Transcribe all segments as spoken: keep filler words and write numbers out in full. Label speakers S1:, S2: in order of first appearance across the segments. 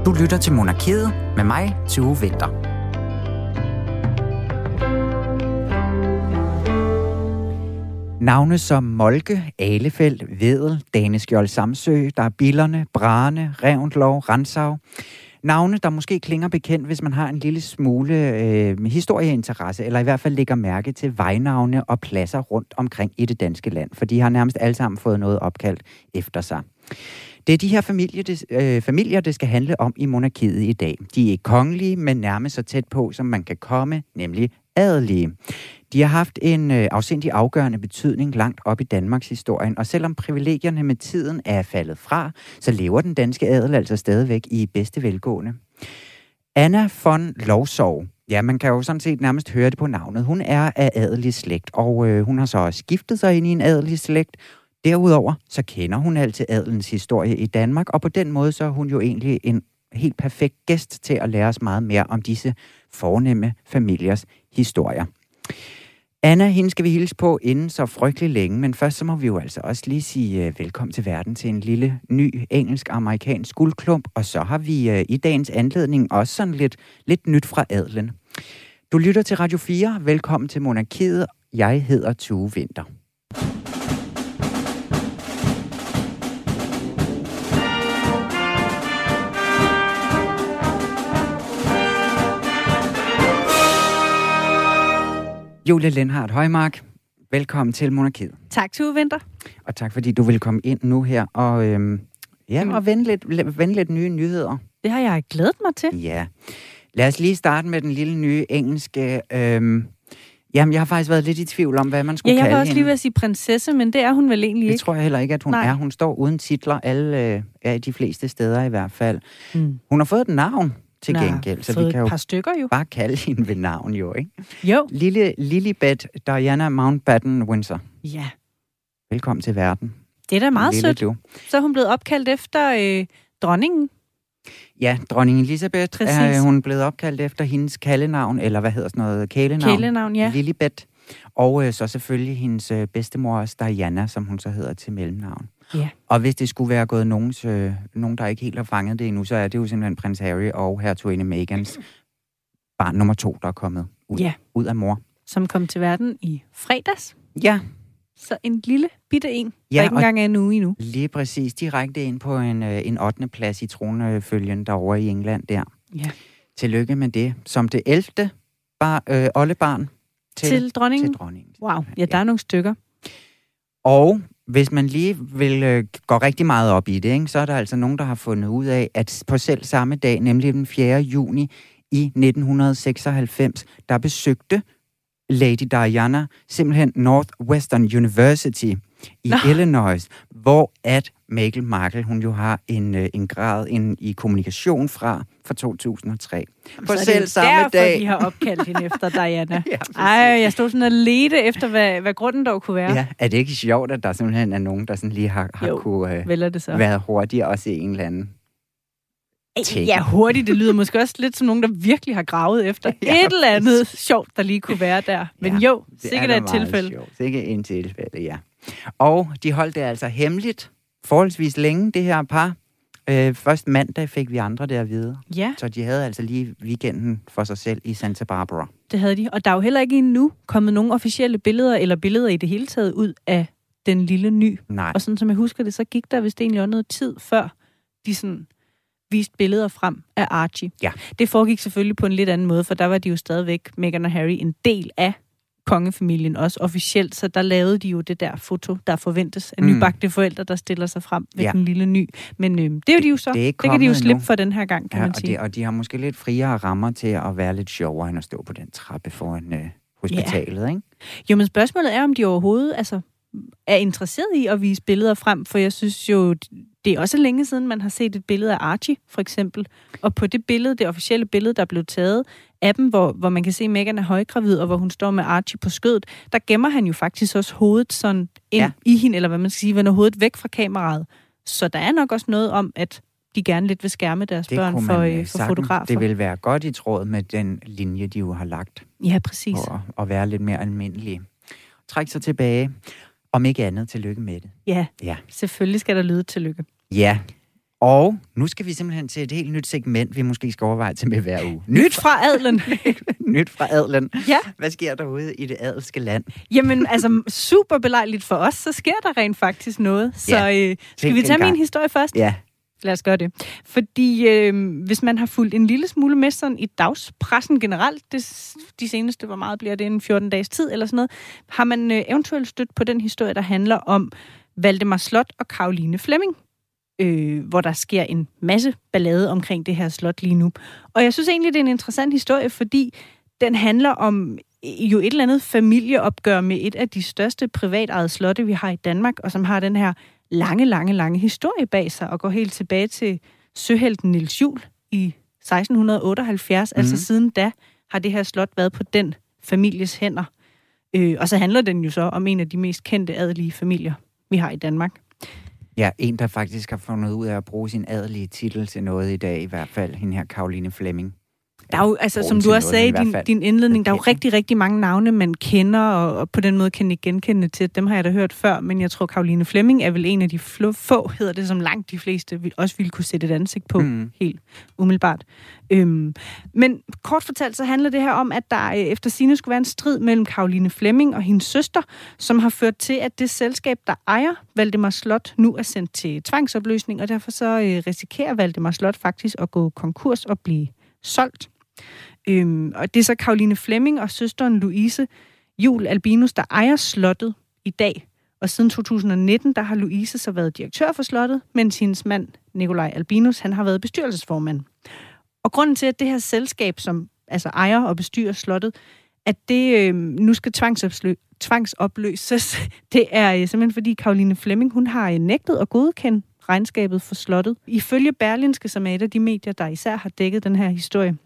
S1: Du lytter til Monarkiet med mig, Tue Winther. Navne som Moltke, Ahlefeldt, Wedel, Daneskjold Samsø, der er Billerne, Brane, Reventlow, Rantzau. Navne, der måske klinger bekendt, hvis man har en lille smule øh, historieinteresse, eller i hvert fald lægger mærke til vejnavne og pladser rundt omkring i det danske land, for de har nærmest alle sammen fået noget opkaldt efter sig. Det er de her familier det, øh, familier, det skal handle om i monarkiet i dag. De er ikke kongelige, men nærmest så tæt på, som man kan komme, nemlig adelige. De har haft en øh, afsindig afgørende betydning langt op i Danmarks historien, og selvom privilegierne med tiden er faldet fra, så lever den danske adel altså stadigvæk i bedste velgående. Anna von Lowzow, ja, man kan jo sådan set nærmest høre det på navnet. Hun er af adelig slægt, og øh, hun har så skiftet sig ind i en adelig slægt. Derudover så kender hun altid adelens historie i Danmark, og på den måde så er hun jo egentlig en helt perfekt gæst til at lære os meget mere om disse fornemme familiers historier. Anna, hende skal vi hilse på inden så frygtelig længe, men først så må vi jo altså også lige sige uh, velkommen til verden til en lille, ny, engelsk-amerikansk guldklump, og så har vi uh, i dagens anledning også sådan lidt, lidt nyt fra adelen. Du lytter til Radio fire. Velkommen til Monarkiet. Jeg hedder Tue Winther. Julie Lindhardt Højmark, velkommen til Monarkiet.
S2: Tak, Tue Winther.
S1: Og tak, fordi du vil komme ind nu her og, øhm, ja, mm. og vende, lidt, vende lidt nye nyheder.
S2: Det har jeg glædet mig til.
S1: Ja. Lad os lige starte med den lille nye engelske... Øhm, jamen, jeg har faktisk været lidt i tvivl om, hvad man skulle
S2: kalde hende.
S1: Ja, jeg
S2: var også
S1: hende.
S2: lige ved at sige prinsesse, men det er hun vel egentlig ikke?
S1: Det tror jeg heller ikke, at hun Nej. er. Hun står uden titler, alle øh, er de fleste steder i hvert fald. Mm. Hun har fået et navn til Nå,
S2: gengæld, så vi kan jo stykker, jo
S1: bare kalde hende ved navn, jo, ikke?
S2: Jo.
S1: Lille Lilibet Diana Mountbatten Windsor.
S2: Ja.
S1: Velkommen til verden.
S2: Det er da meget
S1: Lille
S2: sødt. Du. Så er hun blevet opkaldt efter øh, dronningen.
S1: Ja, dronning Elisabeth Præcis. er hun blevet opkaldt efter hendes kaldenavn, eller hvad hedder sådan noget, kælenavn?
S2: Kælenavn, ja.
S1: Lilibet. Og øh, så selvfølgelig hendes øh, bedstemor Diana, som hun så hedder til mellemnavn.
S2: Ja.
S1: Og hvis det skulle være gået nogens, øh, nogen, der ikke helt har fanget det endnu, så er det jo simpelthen prins Harry og hertuginde Megans barn nummer to, der er kommet ud,
S2: ja.
S1: ud af mor.
S2: Som kom til verden i fredags.
S1: Ja.
S2: Så en lille bitte en, ja, der ikke engang er en uge endnu.
S1: Lige præcis. Direkte ind på en, en ottende plads i tronfølgen derovre i England der.
S2: Ja.
S1: Tillykke med det. Som det ellevte bar, øh, oldebarn til,
S2: til dronningen.
S1: Til dronningen.
S2: Wow, ja, der ja. er nogle stykker.
S1: Og hvis man lige vil øh, gå rigtig meget op i det, ikke, så er der altså nogen, der har fundet ud af, at på selv samme dag, nemlig den fjerde juni i nitten seksoghalvfems, der besøgte Lady Diana simpelthen Northwestern University i Nå. Illinois, hvor at Meghan Markle, hun jo har en, en grad en, i kommunikation fra fra to tusind og tre.
S2: På så selv samme derfor, dag. De har opkaldt hende efter Diana. Ja, ej, jeg stod sådan og ledte efter, hvad, hvad grunden dog kunne være.
S1: Ja, er det ikke sjovt, at der simpelthen er nogen, der sådan lige har, har jo, kunne uh, være hurtigere også i en eller anden ting.
S2: Ja, hurtigt. Det lyder måske også lidt som nogen, der virkelig har gravet efter ja, et eller andet sjovt, der lige kunne være der. Men ja, jo, sikkert er et tilfælde.
S1: Sjovt. Sikkert en tilfælde, ja. Og de holdt det altså hemmeligt forholdsvis længe, det her par. Øh, først mandag fik vi andre der at vide.
S2: Ja.
S1: Så de havde altså lige weekenden for sig selv i Santa Barbara.
S2: Det havde de. Og der er jo heller ikke endnu kommet nogen officielle billeder, eller billeder i det hele taget, ud af den lille ny.
S1: Nej.
S2: Og sådan som jeg husker det, så gik der vist egentlig også noget tid, før de sådan viste billeder frem af Archie.
S1: Ja.
S2: Det foregik selvfølgelig på en lidt anden måde, for der var de jo stadigvæk, Meghan og Harry, en del af kongefamilien også officielt, så der lavede de jo det der foto, der forventes af mm. nybagte forældre, der stiller sig frem ved ja. den lille ny. Men øhm, det er jo de jo så. Det, det kan de jo slippe for den her gang, kan
S1: ja,
S2: man sige.
S1: Og, det, og de har måske lidt friere rammer til at være lidt sjovere, end at stå på den trappe foran øh, hospitalet, ja. ikke?
S2: Jo, men spørgsmålet er, om de overhovedet altså, er interesseret i at vise billeder frem, for jeg synes jo, det er også længe siden, man har set et billede af Archie, for eksempel. Og på det billede, det officielle billede, der blev taget af dem, hvor, hvor man kan se, at Meghan er højgravid, og hvor hun står med Archie på skødet, der gemmer han jo faktisk også hovedet sådan ind ja. i hende, eller hvad man skal sige, vender hovedet væk fra kameraet. Så der er nok også noget om, at de gerne lidt vil skærme deres det børn for, øh, for fotografer.
S1: Det vil være godt i tråd med den linje, de jo har lagt.
S2: Ja, præcis.
S1: Og, og være lidt mere almindelige. Træk sig tilbage. Om ikke andet, tillykke med det.
S2: Ja,
S1: ja,
S2: selvfølgelig skal der lyde tillykke.
S1: Ja. Og nu skal vi simpelthen til et helt nyt segment, vi måske skal overveje til med hver uge.
S2: Nyt fra adlen.
S1: Nyt fra adlen.
S2: Ja.
S1: Hvad sker derude i det adelske land?
S2: Jamen, altså super belejligt for os, så sker der rent faktisk noget. Så
S1: Ja,
S2: øh, skal vi tage min historie først?
S1: Ja.
S2: Lad os gøre det. Fordi øh, hvis man har fulgt en lille smule med sådan i dagspressen generelt, det, de seneste, hvor meget bliver det, en fjorten dages tid eller sådan noget, har man øh, eventuelt stødt på den historie, der handler om Valdemar Slot og Caroline Fleming, øh, hvor der sker en masse ballade omkring det her slot lige nu. Og jeg synes egentlig, det er en interessant historie, fordi den handler om jo et eller andet familieopgør med et af de største privatejede slotte, vi har i Danmark, og som har den her lange, lange, lange historie bag sig, og går helt tilbage til søhelten Niels Juel i seksten otteoghalvfjerds. Mm-hmm. Altså siden da har det her slot været på den families hænder. Øh, og så handler den jo så om en af de mest kendte adelige familier, vi har i Danmark.
S1: Ja, en, der faktisk har fundet ud af at bruge sin adelige titel til noget i dag, i hvert fald, hende her Caroline Fleming.
S2: Der er jo, altså, som du også sagde i din, din indledning, der er jo rigtig, rigtig mange navne, man kender, og, og på den måde kan ikke genkende til. Dem har jeg da hørt før, men jeg tror, Caroline Fleming er vel en af de få, hedder det, som langt de fleste også ville kunne sætte et ansigt på, mm. helt umiddelbart. Øhm, men kort fortalt, så handler det her om, at der efter sigende skulle være en strid mellem Caroline Fleming og hendes søster, som har ført til, at det selskab, der ejer Valdemar Slot, nu er sendt til tvangsopløsning, og derfor så øh, risikerer Valdemar Slot faktisk at gå konkurs og blive solgt. Øhm, og det er så Caroline Fleming og søsteren Louise Juel Albinus, der ejer slottet i dag. Og siden to tusind nitten, der har Louise så været direktør for slottet, mens hendes mand, Nikolaj Albinus, han har været bestyrelsesformand. Og grunden til, at det her selskab, som altså ejer og bestyrer slottet, at det øh, nu skal tvangsoplø- tvangsopløses, det er øh, simpelthen fordi Caroline Fleming, hun har øh, nægtet at godkende regnskabet for slottet. Ifølge Berlingske, som er et af de medier, der især har dækket den her historie,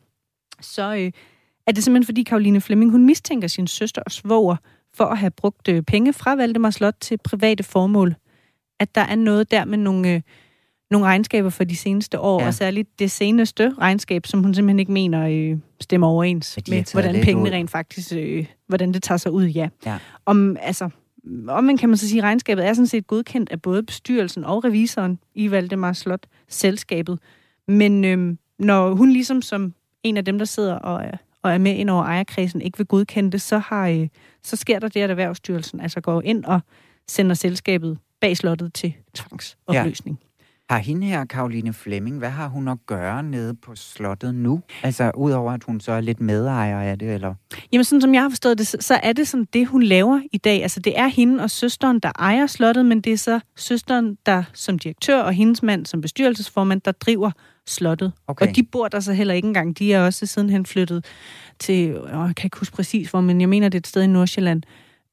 S2: så øh, er det simpelthen fordi Caroline Fleming, hun mistænker sin søster og svoger for at have brugt øh, penge fra Valdemar Slot til private formål. At der er noget der med nogle, øh, nogle regnskaber for de seneste år, ja. Og særligt det seneste regnskab, som hun simpelthen ikke mener øh, stemmer overens med, hvordan pengene ud. Rent faktisk, øh, hvordan det tager sig ud, ja. ja. Om, altså, om man kan man så sige, at regnskabet er sådan set godkendt af både bestyrelsen og revisoren i Valdemar Slot selskabet. Men øh, når hun ligesom som en af dem, der sidder og er, og er med ind over ejerkredsen, ikke vil godkende det, så, har, øh, så sker der det, at Erhvervsstyrelsen altså går ind og sender selskabet bag slottet til tvangsopløsning. Ja.
S1: Har hende her, Caroline Fleming, hvad har hun at gøre nede på slottet nu? Altså, udover at hun så er lidt medejer af det, eller? Jamen,
S2: sådan som jeg har forstået det, så er det sådan det, hun laver i dag. Altså, det er hende og søsteren, der ejer slottet, men det er så søsteren, der som direktør, og hendes mand som bestyrelsesformand, der driver slottet. Okay. Og de bor der så heller ikke engang. De er også sidenhen flyttet til, åh, jeg kan ikke huske præcis hvor, men jeg mener, det er et sted i Nordsjælland.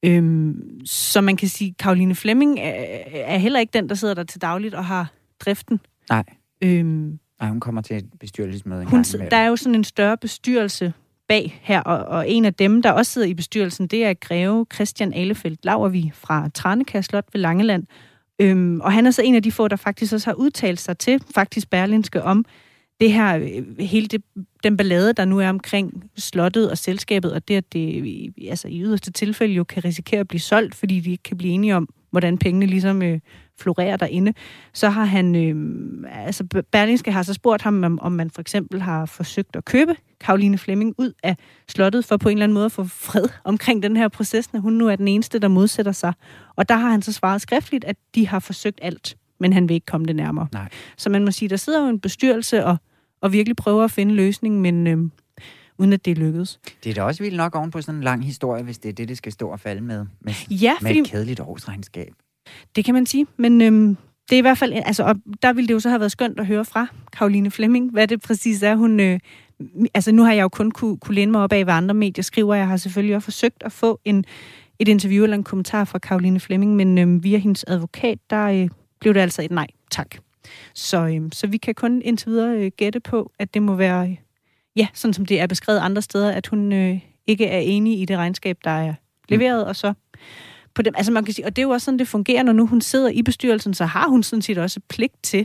S2: Øhm, så man kan sige, Caroline Fleming er, er heller ikke den, der sidder der til dagligt og har driften.
S1: Nej. Øhm, Nej, hun kommer til et bestyrelsesmøde en
S2: hun,
S1: gang med.
S2: Der er jo sådan en større bestyrelse bag her, og, og en af dem, der også sidder i bestyrelsen, det er greve Christian Ahlefeldt Laurvig fra Tranekær Slot ved Langeland. Øhm, og han er så en af de få, der faktisk også har udtalt sig til faktisk Berlingske om det her, hele det, den ballade, der nu er omkring slottet og selskabet, og det, at det altså, i yderste tilfælde jo kan risikere at blive solgt, fordi de ikke kan blive enige om, hvordan pengene ligesom øh, florerer derinde. Så har han, øh, altså Berlingske har så spurgt ham, om, om man for eksempel har forsøgt at købe Caroline Fleming ud af slottet, for på en eller anden måde at få fred omkring den her proces, når hun nu er den eneste, der modsætter sig. Og der har han så svaret skriftligt, at de har forsøgt alt, men han vil ikke komme det nærmere. Nej. Så man må sige, der sidder jo en bestyrelse og, og virkelig prøver at finde løsning, men øh, uden at det lykkedes. Det
S1: er da også vildt nok oven på sådan en lang historie, hvis det er det, det skal stå og falde med. Med,
S2: ja,
S1: med
S2: fordi,
S1: et kedeligt årsregnskab.
S2: Det kan man sige, men øhm, det er i hvert fald, altså, og der ville det jo så have været skønt at høre fra Caroline Fleming, hvad det præcis er, hun, øh, altså nu har jeg jo kun kunne, kunne læne mig op af, hvad andre medier skriver. Jeg har selvfølgelig også forsøgt at få en, et interview eller en kommentar fra Caroline Fleming, men øh, via hendes advokat, der øh, blev det altså et nej, tak. Så, øh, så vi kan kun indtil videre øh, gætte på, at det må være, øh, ja, sådan som det er beskrevet andre steder, at hun øh, ikke er enig i det regnskab, der er leveret, mm. og så på dem. Altså man kan sige, og det er jo også sådan, det fungerer, når nu hun sidder i bestyrelsen, så har hun sådan set også pligt til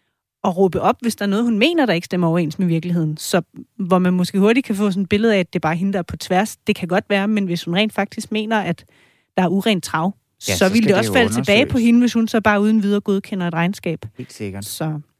S2: at råbe op, hvis der er noget, hun mener, der ikke stemmer overens med virkeligheden. Så hvor man måske hurtigt kan få sådan et billede af, at det er bare hende, der er på tværs. Det kan godt være, men hvis hun rent faktisk mener, at der er urent trav, ja, så, så vil det også falde tilbage på hende, hvis hun så bare uden videre godkender et regnskab.
S1: Helt sikkert.
S2: Så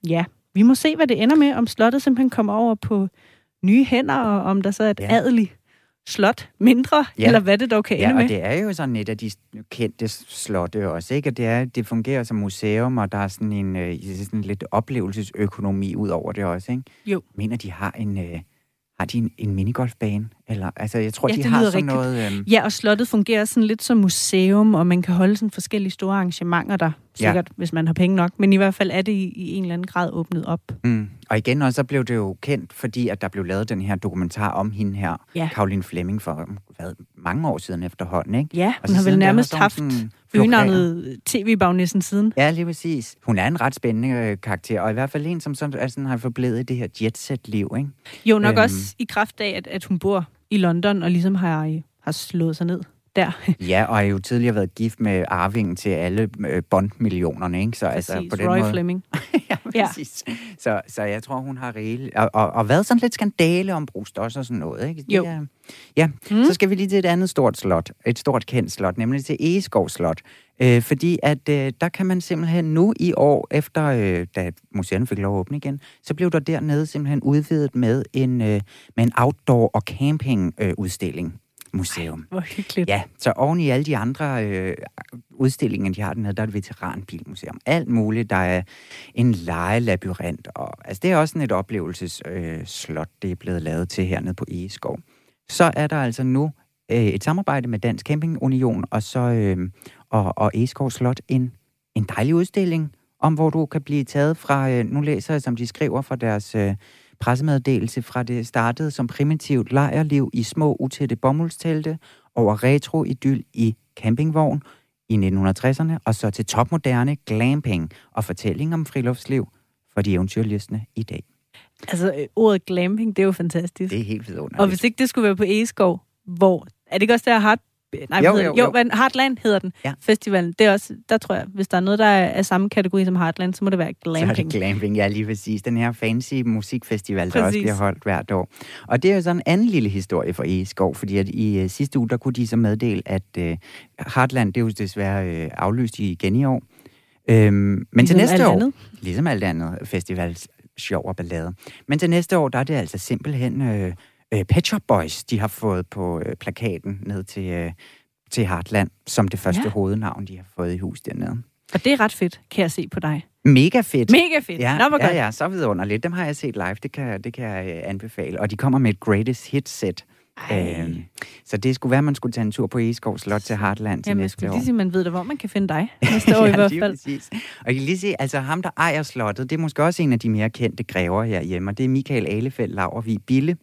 S2: ja, vi må se, hvad det ender med, om slottet simpelthen kommer over på nye hænder, og om der så er et ja. adeligt slot mindre, ja. eller hvad det dog kan
S1: ja,
S2: ende med.
S1: Ja, og det er jo sådan et af de kendte slotte også, ikke? Og det, er, det fungerer som museum, og der er sådan en øh, sådan lidt oplevelsesøkonomi ud over det også, ikke?
S2: Jo.
S1: Jeg mener, de har en... Øh, Har de en, en minigolfbane? Eller, altså, jeg tror,
S2: ja,
S1: de har sådan
S2: rigtigt.
S1: noget... Øhm...
S2: Ja, og slottet fungerer sådan lidt som museum, og man kan holde sådan forskellige store arrangementer der, sikkert, ja. hvis man har penge nok. Men i hvert fald er det i, i en eller anden grad åbnet op.
S1: Mm. Og igen også, så blev det jo kendt, fordi at der blev lavet den her dokumentar om hende her, ja. Caroline Fleming, for hvad, mange år siden efterhånden, ikke?
S2: Ja, hun har vel nærmest haft øgenavnet T V-bagnissen siden.
S1: Ja, lige præcis. Hun er en ret spændende øh, karakter, og i hvert fald en, som sådan, altså, har forblevet i det her jetset-liv, ikke?
S2: Jo, nok øhm. også i kraft af, at, at hun bor i London, og ligesom har, har slået sig ned der.
S1: Ja, og har jo tidligere været gift med arvingen til alle øh, Bond-millionerne, ikke? Så
S2: præcis,
S1: altså på den
S2: Roy
S1: måde...
S2: Fleming.
S1: ja, præcis. Ja. Så, så jeg tror, hun har reelt... Og, og, og været sådan lidt skandale om Bruce Doss og sådan noget, ikke? Det
S2: jo.
S1: Er, ja, mm. så skal vi lige til et andet stort slot. Et stort kendt slot, nemlig til Egeskov Slot. Øh, fordi at øh, der kan man simpelthen nu i år, efter øh, da museerne fik lov at åbne igen, så blev der dernede simpelthen udvidet med en, øh, med en outdoor- og camping-udstilling. Øh, museum.
S2: Hvor hyggeligt.
S1: Ja, så oven i alle de andre øh, udstillinger, de har dernede, der er et veteranbilmuseum. Alt muligt. Der er en legelabyrint. Og, altså, det er også sådan et oplevelsesslot, øh, det er blevet lavet til hernede på Egeskov. Så er der altså nu øh, et samarbejde med Dansk Camping Union og, så, øh, og, og Egeskov Slot en, en dejlig udstilling om, hvor du kan blive taget fra, øh, nu læser jeg, som de skriver fra deres... Øh, pressemeddelelse fra det startede som primitivt lejrliv i små, utætte bomuldstelte, over retro-idyl i campingvogn i nitten tresserne, og så til topmoderne glamping og fortælling om friluftsliv for de eventyrlystne i dag.
S2: Altså, ordet glamping, det er jo fantastisk.
S1: Det er helt vidunderligt.
S2: Og hvis ikke det skulle være på Egeskov, hvor... Er det ikke også der Hard... Nej,
S1: jo,
S2: jo,
S1: jo,
S2: jo. jo, Heartland hedder den,
S1: ja.
S2: Festivalen. Det er også, der tror jeg, hvis der er noget, der er af samme kategori som Heartland, så må det være glamping.
S1: Så er det glamping, ja, lige præcis. Den her fancy musikfestival, der præcis. Også bliver holdt hvert år. Og det er jo sådan en anden lille historie for Egeskov, fordi at i uh, sidste uge, der kunne de så meddele, at uh, Heartland, det er jo desværre uh, aflyst igen i år. Øhm, men
S2: ligesom
S1: til næste år,
S2: andet.
S1: ligesom alt andet festivals sjov og ballade. Men til næste år, der er det altså simpelthen... Uh, Pet Shop Boys, de har fået på øh, plakaten ned til, øh, til Heartland, som det første ja. hovednavn, de har fået i hus dernede.
S2: Og det er ret fedt, kan jeg se på dig.
S1: Mega fedt.
S2: Mega fedt.
S1: Ja,
S2: Nå,
S1: ja, ja, så vidunderligt. Dem har jeg set live, det kan, det kan jeg øh, anbefale. Og de kommer med et greatest hit set. Øhm, så det skulle være, at man skulle tage en tur på Egeskov Slot til Heartland til
S2: Jamen,
S1: næste år.
S2: Jamen, lige man ved da, hvor man kan finde dig næste år ja, i hvert fald.
S1: Præcis. Og jeg kan lige se, altså ham, der ejer slottet, det er måske også en af de mere kendte grever herhjemme, og det er Michael Ahlefeldt Laurvig Bille.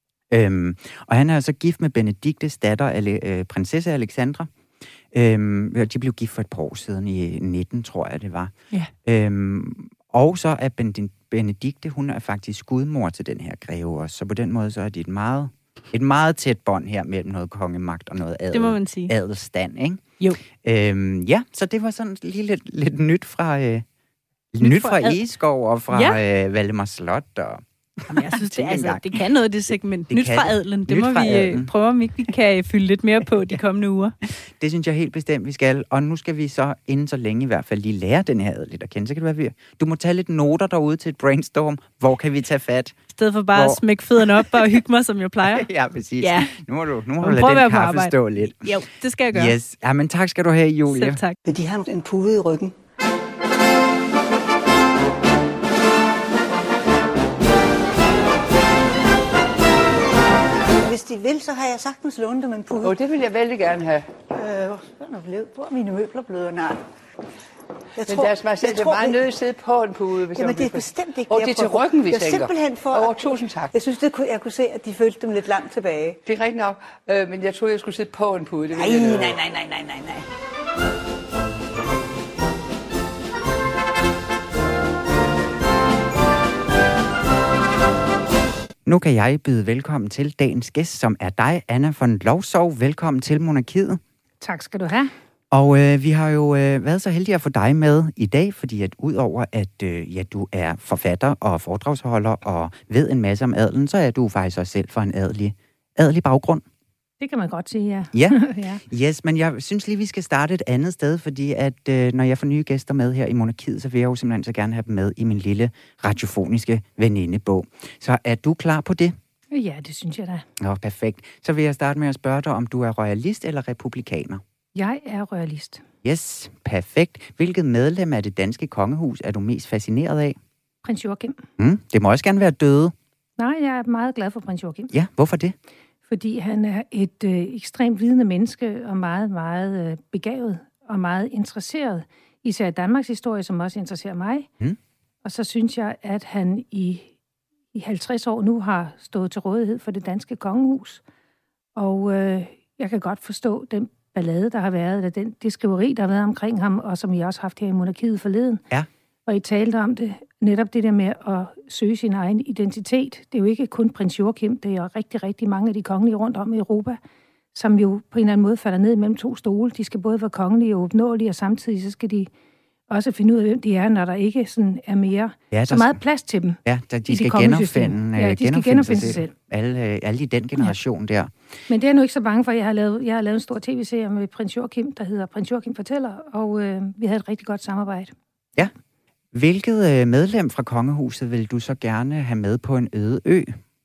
S1: Øhm, og han er så gift med Benediktes datter, Ale, øh, prinsesse Alexandra. Øhm, de blev gift for et par år siden, i nitten, tror jeg det var.
S2: Ja.
S1: Øhm, og så er Benedikte, hun er faktisk gudmor til den her greve også. Så på den måde, så er det et meget, et meget tæt bånd her mellem noget kongemagt og noget adel,
S2: det må man sige.
S1: adelstand, ikke?
S2: Jo.
S1: Øhm, ja, så det var sådan lige lidt, lidt nyt fra, øh, nyt nyt fra, fra Egeskov og fra ja. øh, Valdemar Slot og...
S2: Jamen, jeg synes, det, altså, det kan noget, det segment. Det nyt fra adelen. Det
S1: nyt
S2: må vi adelen. prøve, om ikke vi kan fylde lidt mere på de kommende uger.
S1: Det synes jeg helt bestemt, vi skal. Og nu skal vi så, inden så længe i hvert fald, lige lære den her adel lidt at kende. Så kan det være, du må tage lidt noter derude til et brainstorm. Hvor kan vi tage fat?
S2: I stedet for bare Hvor? at smække fødderne op og hygge mig, som jeg plejer.
S1: Ja, præcis.
S2: Ja.
S1: Nu må du, nu må du lade den kaffe stå lidt.
S2: Jo, det skal jeg gøre.
S1: Yes. Ja, men tak skal du have, Julie.
S2: Selv tak.
S3: Vil de have en pude i ryggen? Hvis de vil, så har jeg sagtens lånt dem en pude.
S4: Åh, oh, det vil jeg vældig gerne have.
S3: Øh, hvor er mine møbler blevet? Nej.
S4: Jeg tror, men deres majestæt, det er meget nødt til at sidde på en pude. Hvis
S3: jamen, det er bestemt ikke
S4: og det er til ryggen, vi
S3: jeg
S4: tænker.
S3: Simpelthen for...
S4: Åh, oh, tusind tak.
S3: Jeg synes, det kunne, jeg kunne se, at de følte dem lidt langt tilbage.
S4: Det er rigtigt nok, øh, men jeg troede, jeg skulle sidde på en pude. Det
S3: nej, nej, nej, nej, nej, nej, nej.
S1: Nu kan jeg byde velkommen til dagens gæst, som er dig, Anna von Lovsov. Velkommen til Monarkiet.
S2: Tak skal du have.
S1: Og øh, vi har jo øh, været så heldige at få dig med i dag, fordi at udover at øh, ja, du er forfatter og foredragsholder og ved en masse om adelen, så er du faktisk også selv fra en adelig, adelig baggrund.
S5: Det kan man godt sige, ja.
S1: Ja,
S5: ja.
S1: Yes, men jeg synes lige, vi skal starte et andet sted, fordi at øh, når jeg får nye gæster med her i Monarkiet, så vil jeg jo simpelthen så gerne have dem med i min lille radiofoniske venindebog. Så er du klar på det?
S5: Ja, det synes jeg da.
S1: Nå, perfekt. Så vil jeg starte med at spørge dig, om du er royalist eller republikaner?
S5: Jeg er royalist.
S1: Yes, perfekt. Hvilket medlem af det danske kongehus er du mest fascineret af?
S5: Prins Joachim.
S1: Mm, det må også gerne være døde.
S5: Nej, jeg er meget glad for prins Joachim.
S1: Ja, hvorfor det?
S5: Fordi han er et øh, ekstremt vidende menneske, og meget, meget øh, begavet, og meget interesseret. Især Danmarks historie, som også interesserer mig.
S1: Mm.
S5: Og så synes jeg, at han i, i halvtreds år nu har stået til rådighed for det danske kongehus. Og øh, jeg kan godt forstå den ballade, der har været, eller den, det skriveri, der har været omkring ham, og som I også har haft her i Monarkiet forleden.
S1: Ja.
S5: Og I talte om det, netop det der med at søge sin egen identitet. Det er jo ikke kun prins Joachim, det er jo rigtig, rigtig mange af de kongelige rundt om i Europa, som jo på en eller anden måde falder ned mellem to stole. De skal både være kongelige og opnåelige, og samtidig så skal de også finde ud af, hvem de er, når der ikke sådan er mere
S1: ja,
S5: så meget plads til dem.
S1: Ja, der, de,
S5: de
S1: skal genopfinde,
S5: ja, de
S1: genopfinde,
S5: skal genopfinde sig selv.
S1: Alle, alle i den generation ja. der.
S5: Men det er jeg nu ikke så bange for. Jeg har lavet, jeg har lavet en stor tv-serie med prins Joachim, der hedder Prins Joachim Fortæller, og øh, vi havde et rigtig godt samarbejde.
S1: Ja. Hvilket øh, medlem fra kongehuset vil du så gerne have med på en øde ø?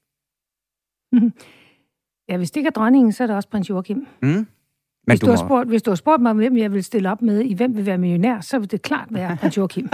S5: Ja, hvis det ikke er dronningen, så er det også prins Joachim.
S1: Mm. Men
S5: hvis,
S1: du
S5: du har
S1: må...
S5: spurgt, hvis du har spurgt mig, hvem jeg vil stille op med, i hvem vil være millionær, så vil det klart være prins Joachim.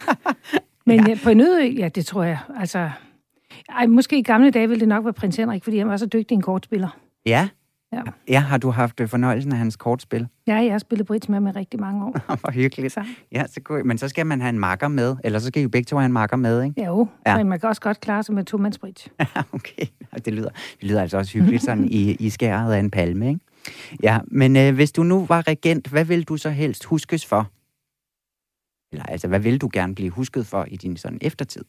S5: Men ja. På en øde ø, ja, det tror jeg. Altså, ej, måske i gamle dage ville det nok være prins Henrik, fordi han var så dygtig en kortspiller.
S1: Ja?
S5: Ja.
S1: Ja, har du haft fornøjelsen af hans kortspil?
S5: Ja, jeg har spillet bridge med med rigtig mange år.
S1: Hvor hyggeligt.
S5: Så.
S1: Ja, så kunne... Men så skal man have en makker med, eller så skal I jo begge to have en makker med, ikke?
S5: Jo,
S1: ja.
S5: Men man kan også godt klare sig med to-mands bridge.
S1: Ja, okay. Det lyder, det lyder altså også hyggeligt, sådan i, i skæret af en palme, ikke? Ja, men øh, hvis du nu var regent, hvad vil du så helst huskes for? Eller altså, hvad vil du gerne blive husket for i din sådan eftertid?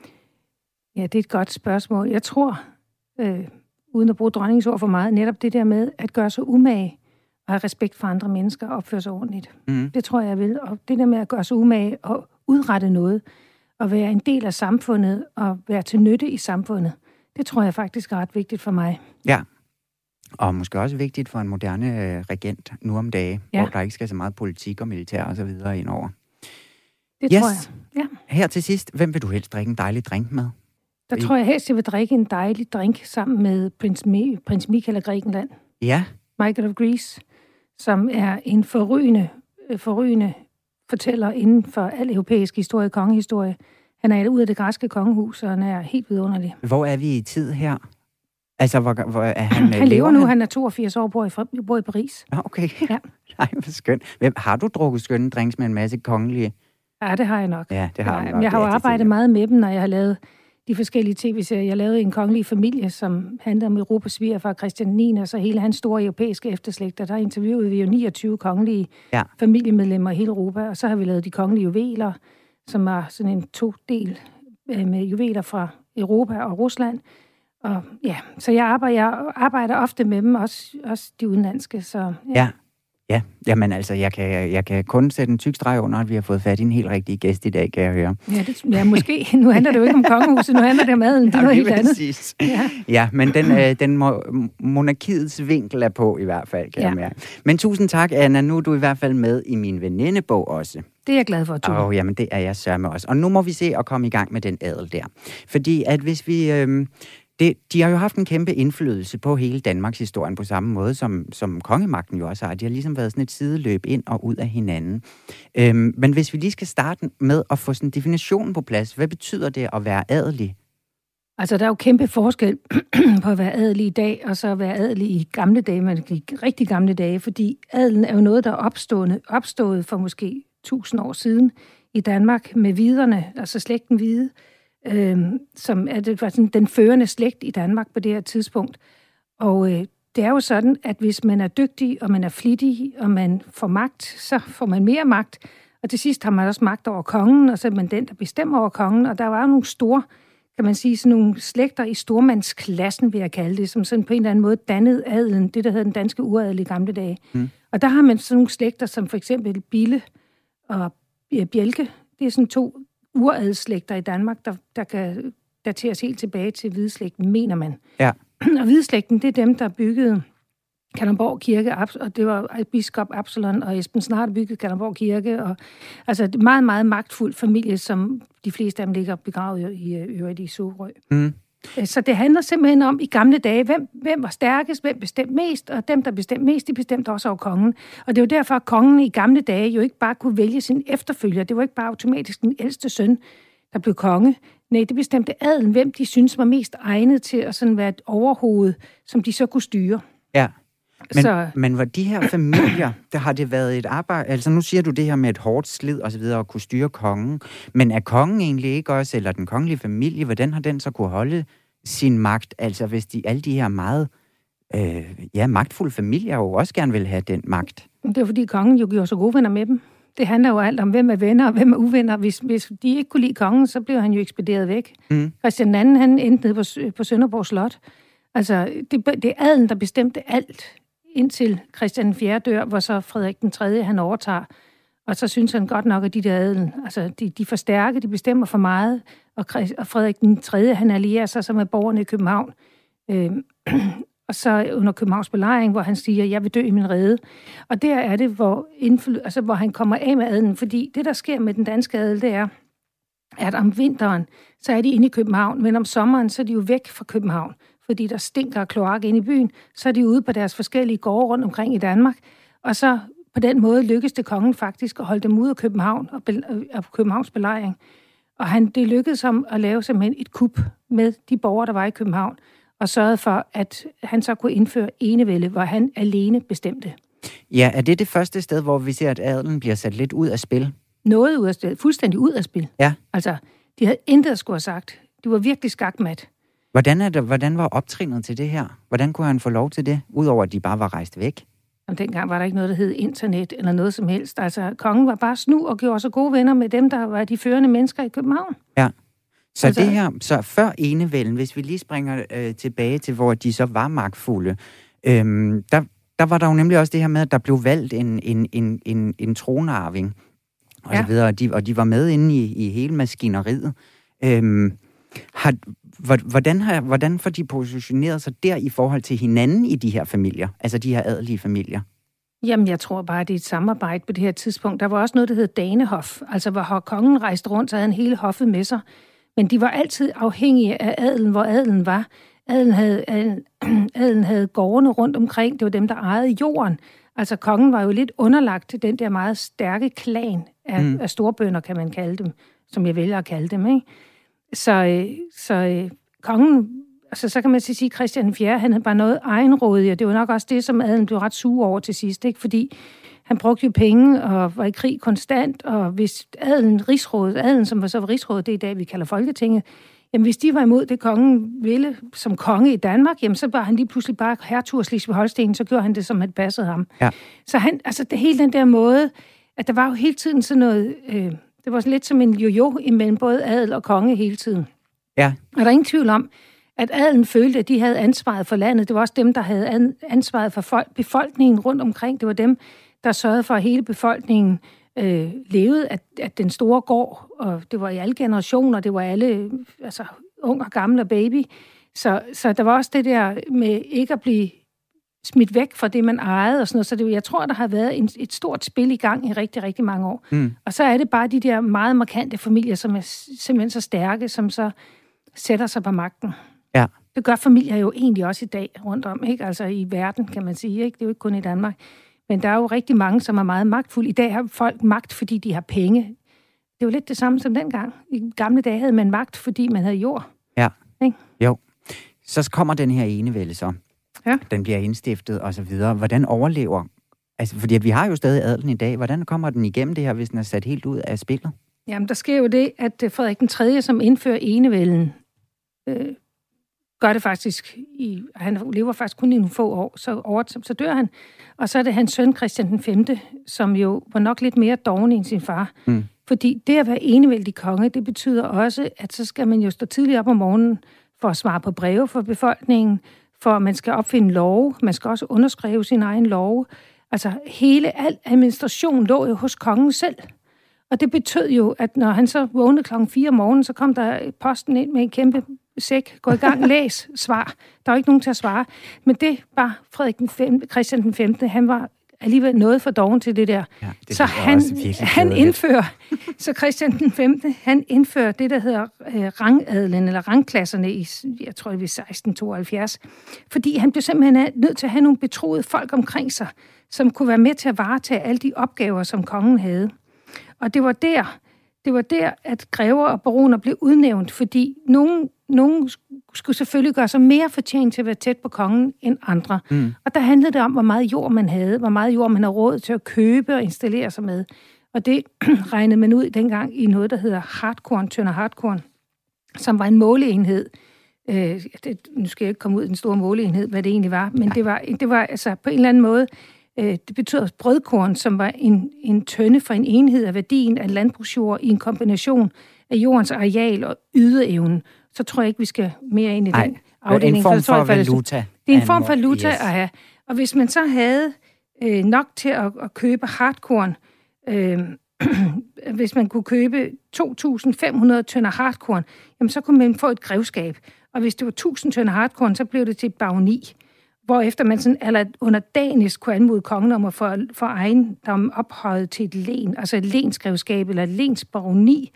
S5: Ja, det er et godt spørgsmål. Jeg tror, øh, uden at bruge dronningens ord for meget, netop det der med at gøre sig umage og have respekt for andre mennesker og opføre sig ordentligt. Mm. Det tror jeg, jeg vil. Og det der med at gøre sig umage og udrette noget, og være en del af samfundet og være til nytte i samfundet, det tror jeg faktisk er ret vigtigt for mig.
S1: Ja, og måske også vigtigt for en moderne øh, regent nu om dage, ja. Hvor der ikke skal så meget politik og militær og så videre indover.
S5: Det
S1: yes.
S5: tror jeg, ja.
S1: Her til sidst, hvem vil du helst drikke en dejlig drink med?
S5: Der I... tror jeg helst, jeg vil drikke en dejlig drink sammen med prins, Mi- prins Michael af Grækenland.
S1: Ja.
S5: Michael of Greece, som er en forrygende, forrygende fortæller inden for al europæisk historie, kongehistorie. Han er ud af det græske kongehus, og han er helt vidunderlig.
S1: Hvor er vi i tid her? Altså, hvor, hvor er han?
S5: Han lever nu, han? han er toogfirs år, bor i, bor i Paris.
S1: Okay,
S5: ja.
S1: Nej, hvor skønt. Hvem, har du drukket skønne drinks med en masse kongelige?
S5: Ja, det har jeg nok.
S1: Ja, det har
S5: jeg
S1: jeg
S5: nok. Jeg har jo arbejdet meget med dem, når jeg har lavet de forskellige tv-serier. Jeg lavede en kongelig familie, som handlede om Europas svigerfar Christian niende, og så hele hans store europæiske efterslægter. Der interviewede vi jo niogtyve kongelige ja. familiemedlemmer i hele Europa, og så har vi lavet de kongelige juveler, som er sådan en to-del med juveler fra Europa og Rusland. Og ja, så jeg arbejder, jeg arbejder ofte med dem, også, også de udenlandske. Så, ja.
S1: ja. Ja, jamen altså, jeg kan, jeg kan kun sætte en tyk streg under, at vi har fået fat i en helt rigtig gæst i dag, kan jeg høre.
S5: Ja, det, ja måske. Nu handler det jo ikke om kongehuset, nu handler det om maden. Det er noget helt andet.
S1: Ja. ja, men den, øh, den må, monarkiets vinkel er på i hvert fald, kan ja. jeg mærke. Men tusind tak, Anna. Nu er du i hvert fald med i min venindebog også.
S5: Det er jeg glad for, Tue.
S1: Åh, oh, jamen det er jeg sørme også. Og nu må vi se at komme i gang med den adel der. Fordi at hvis vi... Øh, Det, de har jo haft en kæmpe indflydelse på hele Danmarks historien på samme måde, som, som kongemagten jo også har. De har ligesom været sådan et sideløb ind og ud af hinanden. Øhm, men hvis vi lige skal starte med at få sådan en definition på plads, hvad betyder det at være adelig?
S5: Altså, der er jo kæmpe forskel på at være adelig i dag, og så at være adelig i gamle dage, men i rigtig gamle dage, fordi adelen er jo noget, der er opstået, opstået for måske tusind år siden i Danmark med hviderne, altså slægten Hvide, Øhm, som er det, var sådan, den førende slægt i Danmark på det her tidspunkt. Og øh, det er jo sådan, at hvis man er dygtig, og man er flittig, og man får magt, så får man mere magt. Og til sidst har man også magt over kongen, og så er man den, der bestemmer over kongen. Og der var jo nogle store, kan man sige, sådan nogle slægter i stormandsklassen, vil jeg kalde det, som sådan på en eller anden måde dannede adelen, det der hedder den danske uradel i gamle dage. Mm. Og der har man sådan nogle slægter, som for eksempel Bille og Bjelke. Det er sådan to uradelsslægter i Danmark, der, der kan dateres helt tilbage til hvidslægten, mener man.
S1: Ja.
S5: Og hvidslægten, det er dem, der byggede Kalundborg Kirke, og det var biskop Absalon og Esben Snart byggede Kalundborg Kirke, og altså meget, meget magtfuld familie, som de fleste af dem ligger begravet i øvrigt i Sorø. Mm. Så det handler simpelthen om i gamle dage, hvem, hvem var stærkest, hvem bestemte mest, og dem, der bestemte mest, de bestemte også over kongen. Og det var derfor, at kongen i gamle dage jo ikke bare kunne vælge sin efterfølger. Det var ikke bare automatisk den ældste søn, der blev konge. Nej, det bestemte adelen, hvem de synes var mest egnet til at sådan være et overhoved, som de så kunne styre.
S1: Ja. Men,
S5: så...
S1: men hvor de her familier, der har det været et arbejde, altså nu siger du det her med et hårdt slid og så videre, at kunne styre kongen, men er kongen egentlig ikke også, eller den kongelige familie, hvordan har den så kunne holde sin magt, altså hvis de, alle de her meget, øh, ja, magtfulde familier jo også gerne vil have den magt?
S5: Det er fordi kongen jo gjorde så gode venner med dem. Det handler jo alt om, hvem er venner og hvem er uvenner. Hvis, hvis de ikke kunne lide kongen, så blev han jo ekspederet væk. Mm. Christian den anden, han endte nede på, på Sønderborg Slot. Altså, det, det er adelen, der bestemte alt, indtil Christian den fjerde dør, hvor så Frederik den tredje, han overtager. Og så synes han godt nok, at de der adelen, altså, de, de forstærker, de bestemmer for meget, og, og Frederik den tredje, han allierer sig så med borgerne i København. Øh, og så under Københavns belejring, hvor han siger, jeg vil dø i min rede. Og der er det, hvor, indfly- altså, hvor han kommer af med adelen, fordi det, der sker med den danske adel, det er, at om vinteren, så er de inde i København, men om sommeren, så er de jo væk fra København, fordi der stinker kloak inde i byen, så er de ude på deres forskellige gårde rundt omkring i Danmark, og så på den måde lykkedes det kongen faktisk at holde dem ude af København og, be- og Københavns belejring. Og han, det lykkedes ham at lave simpelthen et kup med de borgere, der var i København, og sørgede for, at han så kunne indføre enevælde, hvor han alene bestemte.
S1: Ja, er det det første sted, hvor vi ser, at adelen bliver sat lidt ud af spil?
S5: Noget ud af spil, fuldstændig ud af spil.
S1: Ja.
S5: Altså, de havde intet at skulle have sagt. De var virkelig skakmat.
S1: Hvordan, er det, hvordan var optrinet til det her? Hvordan kunne han få lov til det, udover at de bare var rejst væk?
S5: Jamen, dengang var der ikke noget, der hed internet eller noget som helst. Altså, kongen var bare snu og gjorde så gode venner med dem, der var de førende mennesker i København.
S1: Ja. Så
S5: altså,
S1: det her, så før enevælden, hvis vi lige springer øh, tilbage til, hvor de så var magtfulde, øhm, der, der var der jo nemlig også det her med, at der blev valgt en, en, en, en, en tronarving, og ja. så videre, og de, og de var med inde i, i hele maskineriet. Øhm, har, hvordan, har, hvordan får de positioneret sig der i forhold til hinanden i de her familier, altså de her adelige familier?
S5: Jamen, jeg tror bare, det er et samarbejde på det her tidspunkt. Der var også noget, der hed Danehof, altså hvor kongen rejste rundt, så havde han hele hoffet med sig. Men de var altid afhængige af adelen, hvor adelen var. Adelen havde, adelen, adelen havde gårdene rundt omkring. Det var dem, der ejede jorden. Altså, kongen var jo lidt underlagt til den der meget stærke klan af, mm. af storbønder, kan man kalde dem, som jeg vælger at kalde dem, ikke? Så, så kongen, altså, så kan man sige, at Christian den fjerde, han havde bare noget egenrådig, og det var nok også det, som adelen blev ret sure over til sidst, ikke? Fordi han brugte jo penge og var i krig konstant, og hvis adelen, rigsrådet, adelen, som var så var rigsrådet, det er i dag, vi kalder Folketinget, jamen hvis de var imod det, kongen ville som konge i Danmark, jamen så var han lige pludselig bare hertug af Slesvig-Holsten, så gjorde han det, som han passede ham. Ja. Så han, altså det hele den der måde, at der var jo hele tiden sådan noget, øh, det var lidt som en jojo imellem både adel og konge hele tiden.
S1: Ja.
S5: Og der er ingen tvivl om, at adelen følte, at de havde ansvaret for landet. Det var også dem, der havde ansvaret for folk, befolkningen rundt omkring. Det var dem, der sørgede for, at hele befolkningen øh, levede, at, at den store gård, og det var i alle generationer, det var alle, altså ung og gammel og baby. Så, så der var også det der med ikke at blive smidt væk fra det, man ejede og sådan noget. Så det, jeg tror, der har været en, et stort spil i gang i rigtig, rigtig mange år. Mm. Og så er det bare de der meget markante familier, som er simpelthen så stærke, som så sætter sig på magten.
S1: Ja.
S5: Det gør familier jo egentlig også i dag rundt om, ikke? Altså i verden, kan man sige, ikke? Det er jo ikke kun i Danmark. Men der er jo rigtig mange, som er meget magtfulde. I dag har folk magt, fordi de har penge. Det er jo lidt det samme som dengang. I gamle dage havde man magt, fordi man havde jord.
S1: Ja,
S5: ikke?
S1: Jo. Så kommer den her enevælde så. Ja. Den bliver indstiftet og så videre. Hvordan overlever? Altså, fordi vi har jo stadig adelen i dag. Hvordan kommer den igennem det her, hvis den er sat helt ud af spillet?
S5: Jamen, der sker jo det, at Frederik den tredje, som indfører enevælden, øh, gør det faktisk, i, han lever faktisk kun i nogle få år, så, over, så dør han. Og så er det hans søn, Christian den femte, som jo var nok lidt mere doven end sin far. Mm. Fordi det at være enevældig konge, det betyder også, at så skal man jo stå tidligt op om morgenen for at svare på breve for befolkningen, for man skal opfinde love, man skal også underskrive sin egen love. Altså hele, al administration lå jo hos kongen selv. Og det betød jo, at når han så vågnede klokken fire om morgenen, så kom der posten ind med en kæmpe sæk. Gå i gang, læs, svar. Der var ikke nogen til at svare. Men det var Frederik den femte, Christian den femte, han var alligevel noget for doven til det der. Ja, det så han, han indfører, så Christian den femte, han indfører det, der hedder øh, rangadelen, eller rangklasserne i, jeg tror det var seksten tooghalvfjerds, fordi han blev simpelthen nødt til at have nogle betroede folk omkring sig, som kunne være med til at varetage alle de opgaver, som kongen havde. Og det var der, det var der, at grever og baroner blev udnævnt, fordi nogen, nogen skulle selvfølgelig gøre sig mere fortjent til at være tæt på kongen end andre. Mm. Og der handlede det om, hvor meget jord man havde, hvor meget jord man havde råd til at købe og installere sig med. Og det regnede man ud dengang i noget, der hedder hartkorn, tønder hartkorn, som var en måleenhed. Øh, det, nu skal jeg ikke komme ud i den store måleenhed, hvad det egentlig var, men det var, det var altså på en eller anden måde, øh, det betyder brødkorn, som var en, en tønde for en enhed af værdien af landbrugsjord i en kombination af jordens areal og ydeevnen. Så tror jeg ikke, vi skal mere ind i
S1: Ej,
S5: den afdeling.
S1: En form for, for
S5: jeg,
S1: valuta.
S5: Det er en form for valuta
S1: yes.
S5: at have. Og hvis man så havde øh, nok til at, at købe hartkorn, øh, hvis man kunne købe to tusind fem hundrede tønder hartkorn, jamen så kunne man få et grevskab. Og hvis det var tusind tønder hartkorn, så blev det til et baroni. Hvorefter man sådan, eller underdanisk kunne anmode kongen om at få, få ejendom ophøjet til et len, altså et lensgrevskab eller et lensbaroni.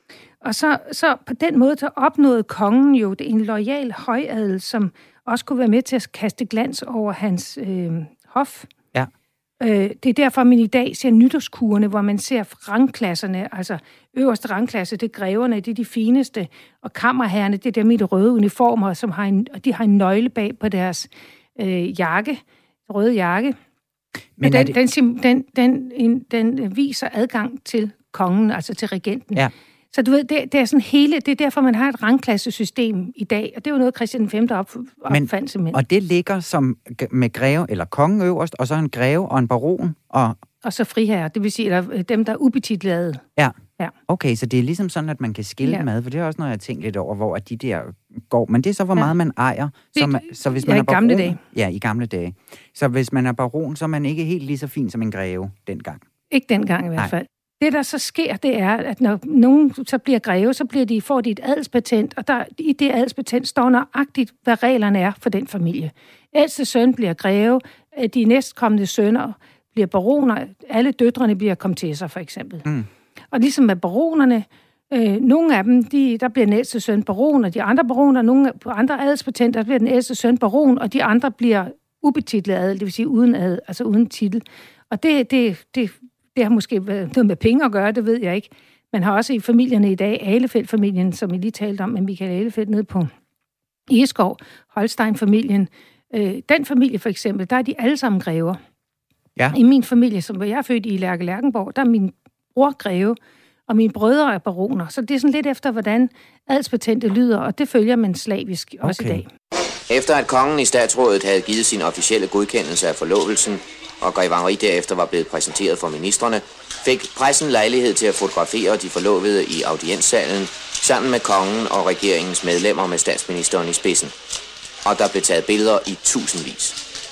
S5: Og så, så på den måde, så opnåede kongen jo det en loyal højadel, som også kunne være med til at kaste glans over hans øh, hof.
S1: Ja.
S5: Øh, det er derfor, man i dag ser nytårskurene, hvor man ser rangklasserne, altså øverste rangklasse, det er greverne, det er de fineste, og kammerherrerne, det er dem i de røde uniformer, som har en, og de har en nøgle bag på deres øh, jakke, røde jakke. Men den, det... den, den, den, den, den viser adgang til kongen, altså til regenten.
S1: Ja.
S5: Så du ved, det, det er sådan hele, det er derfor, man har et rangklassesystem i dag, og det er jo noget, Christian den femte op, opfandt simpelthen.
S1: Og det ligger som med greve, eller kongen øverst, og så en greve og en baron, og...
S5: Og så friherrer, det vil sige, eller dem, der er ubetitlede.
S1: Ja.
S5: ja,
S1: okay, så det er ligesom sådan, at man kan skille ja. mad, for det er også noget, jeg har tænkt lidt over, hvor de der går. Men det er så, hvor ja. meget man ejer. Så, man, så hvis man
S5: ja,
S1: er baron,
S5: i gamle dage.
S1: Ja, i gamle dage. Så hvis man er baron, så er man ikke helt lige så fin som en greve dengang.
S5: Ikke dengang i hvert fald. Det, der så sker, det er, at når nogen så bliver greve, så bliver de, får de et adelspatent, og der, i det adelspatent står nøjagtigt, hvad reglerne er for den familie. Ældste søn bliver greve, de næstkommende sønner bliver baroner, alle døtrene bliver komtesser, for eksempel. Mm. Og ligesom med baronerne, øh, nogle af dem, de, der bliver den ældste søn baron, og de andre baroner, nogle på andre adelspatenter, der bliver den ældste søn baron, og de andre bliver ubetitlet adel, det vil sige uden adel, altså uden titel. Og det, det, det Det har måske noget med penge at gøre, det ved jeg ikke. Man har også i familierne i dag, Ahlefeldt-familien, som I lige talte om med Michael Ahlefeldt nede på Egeskov, Holstein-familien. Øh, den familie for eksempel, der er de alle sammen grever. Ja. I min familie, som jeg er født i Lærke Lerkenborg, der er min bror greve, og mine brødre er baroner. Så det er sådan lidt efter, hvordan adelspatentet lyder, og det følger man slavisk også okay. i dag.
S6: Efter at kongen i statsrådet havde givet sin officielle godkendelse af forlovelsen, og Grev Henri derefter var blevet præsenteret for ministrene, fik pressen lejlighed til at fotografere de forlovede i audienssalen sammen med kongen og regeringens medlemmer med statsministeren i spidsen. Og der blev taget billeder i tusindvis.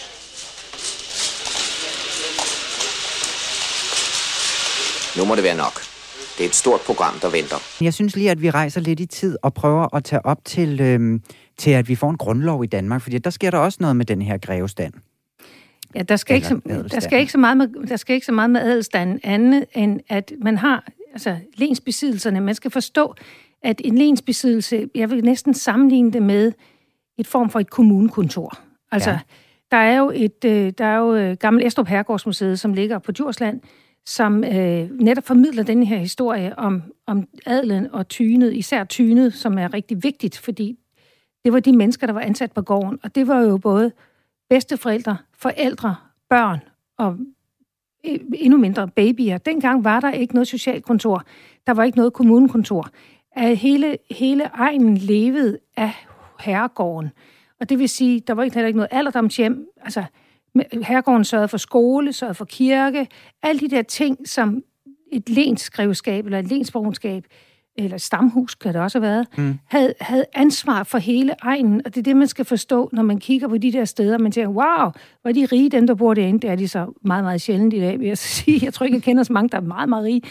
S6: Nu må det være nok. Det er et stort program, der venter.
S1: Jeg synes lige, at vi rejser lidt i tid og prøver at tage op til, øhm, til at vi får en grundlov i Danmark, fordi der sker der også noget med den her grevestand.
S5: Ja, der skal, ikke så, der, skal ikke så meget med, der skal ikke så meget med adelsstanden andet, end at man har altså, lensbesiddelserne. Man skal forstå, at en lensbesiddelse, jeg vil næsten sammenligne det med et form for et kommunekontor. Altså, ja. der er jo et der er jo Gammel Estrup Herregårdsmuseet, som ligger på Djursland, som øh, netop formidler den her historie om, om adelen og tynet, især tynet, som er rigtig vigtigt, fordi det var de mennesker, der var ansat på gården, og det var jo både bedsteforældre, forældre, børn og endnu mindre babyer. Dengang var der ikke noget socialkontor. Der var ikke noget kommunekontor. Hele, hele egnen levede af herregården. Og det vil sige, der var ikke heller ikke noget alderdomshjem. Altså, herregården sørgede for skole, sørgede for kirke. Alle de der ting, som et lensgrevskab eller et lensbaronskab eller et stamhus, kan det også have været, mm. havde, havde ansvar for hele egnen, og det er det, man skal forstå, når man kigger på de der steder, man tænker, wow, hvor er de rige, dem der bor derinde, det er de så meget, meget sjældent i dag, vil jeg sige. Jeg tror ikke, jeg kender så mange, der er meget, meget rige.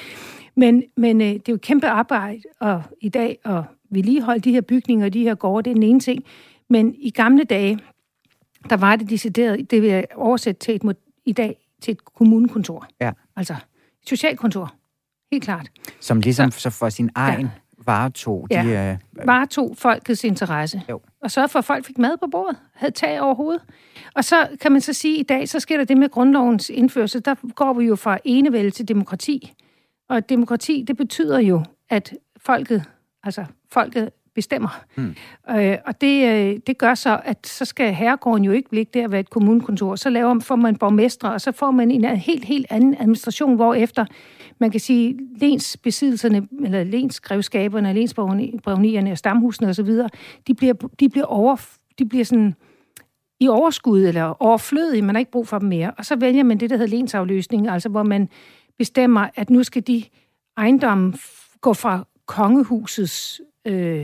S5: Men, men øh, det er jo et kæmpe arbejde og, i dag at vedligeholde de her bygninger og de her gårde, det er den ene ting. Men i gamle dage, der var det decideret, det vil jeg oversætte til et, i dag til et kommunekontor.
S1: Ja.
S5: Altså et socialkontor, helt klart.
S1: Som ligesom
S5: så,
S1: så for sin egen ja. varetog.
S5: Ja,
S1: de, øh,
S5: varetog folkets interesse.
S1: Jo.
S5: Og sørge for, at folk fik mad på bordet, havde tag over hovedet. Og så kan man så sige, at i dag, så sker der det med grundlovens indførelse. Der går vi jo fra enevælde til demokrati. Og demokrati, det betyder jo, at folket, altså folket bestemmer. Mm. Øh, og det, øh, det gør så, at så skal herregården jo ikke ligge der ved et kommunekontor. Så laver, får man borgmestre, og så får man en helt, helt anden administration, hvorefter man kan sige, lensbesiddelserne, eller lensgrevskaberne, lensbrevnierne og stamhusene osv., de bliver, de bliver over, de bliver sådan i overskud eller overflødige, man har ikke brug for dem mere. Og så vælger man det, der hedder lensafløsning, altså hvor man bestemmer, at nu skal de ejendomme gå fra kongehusets øh,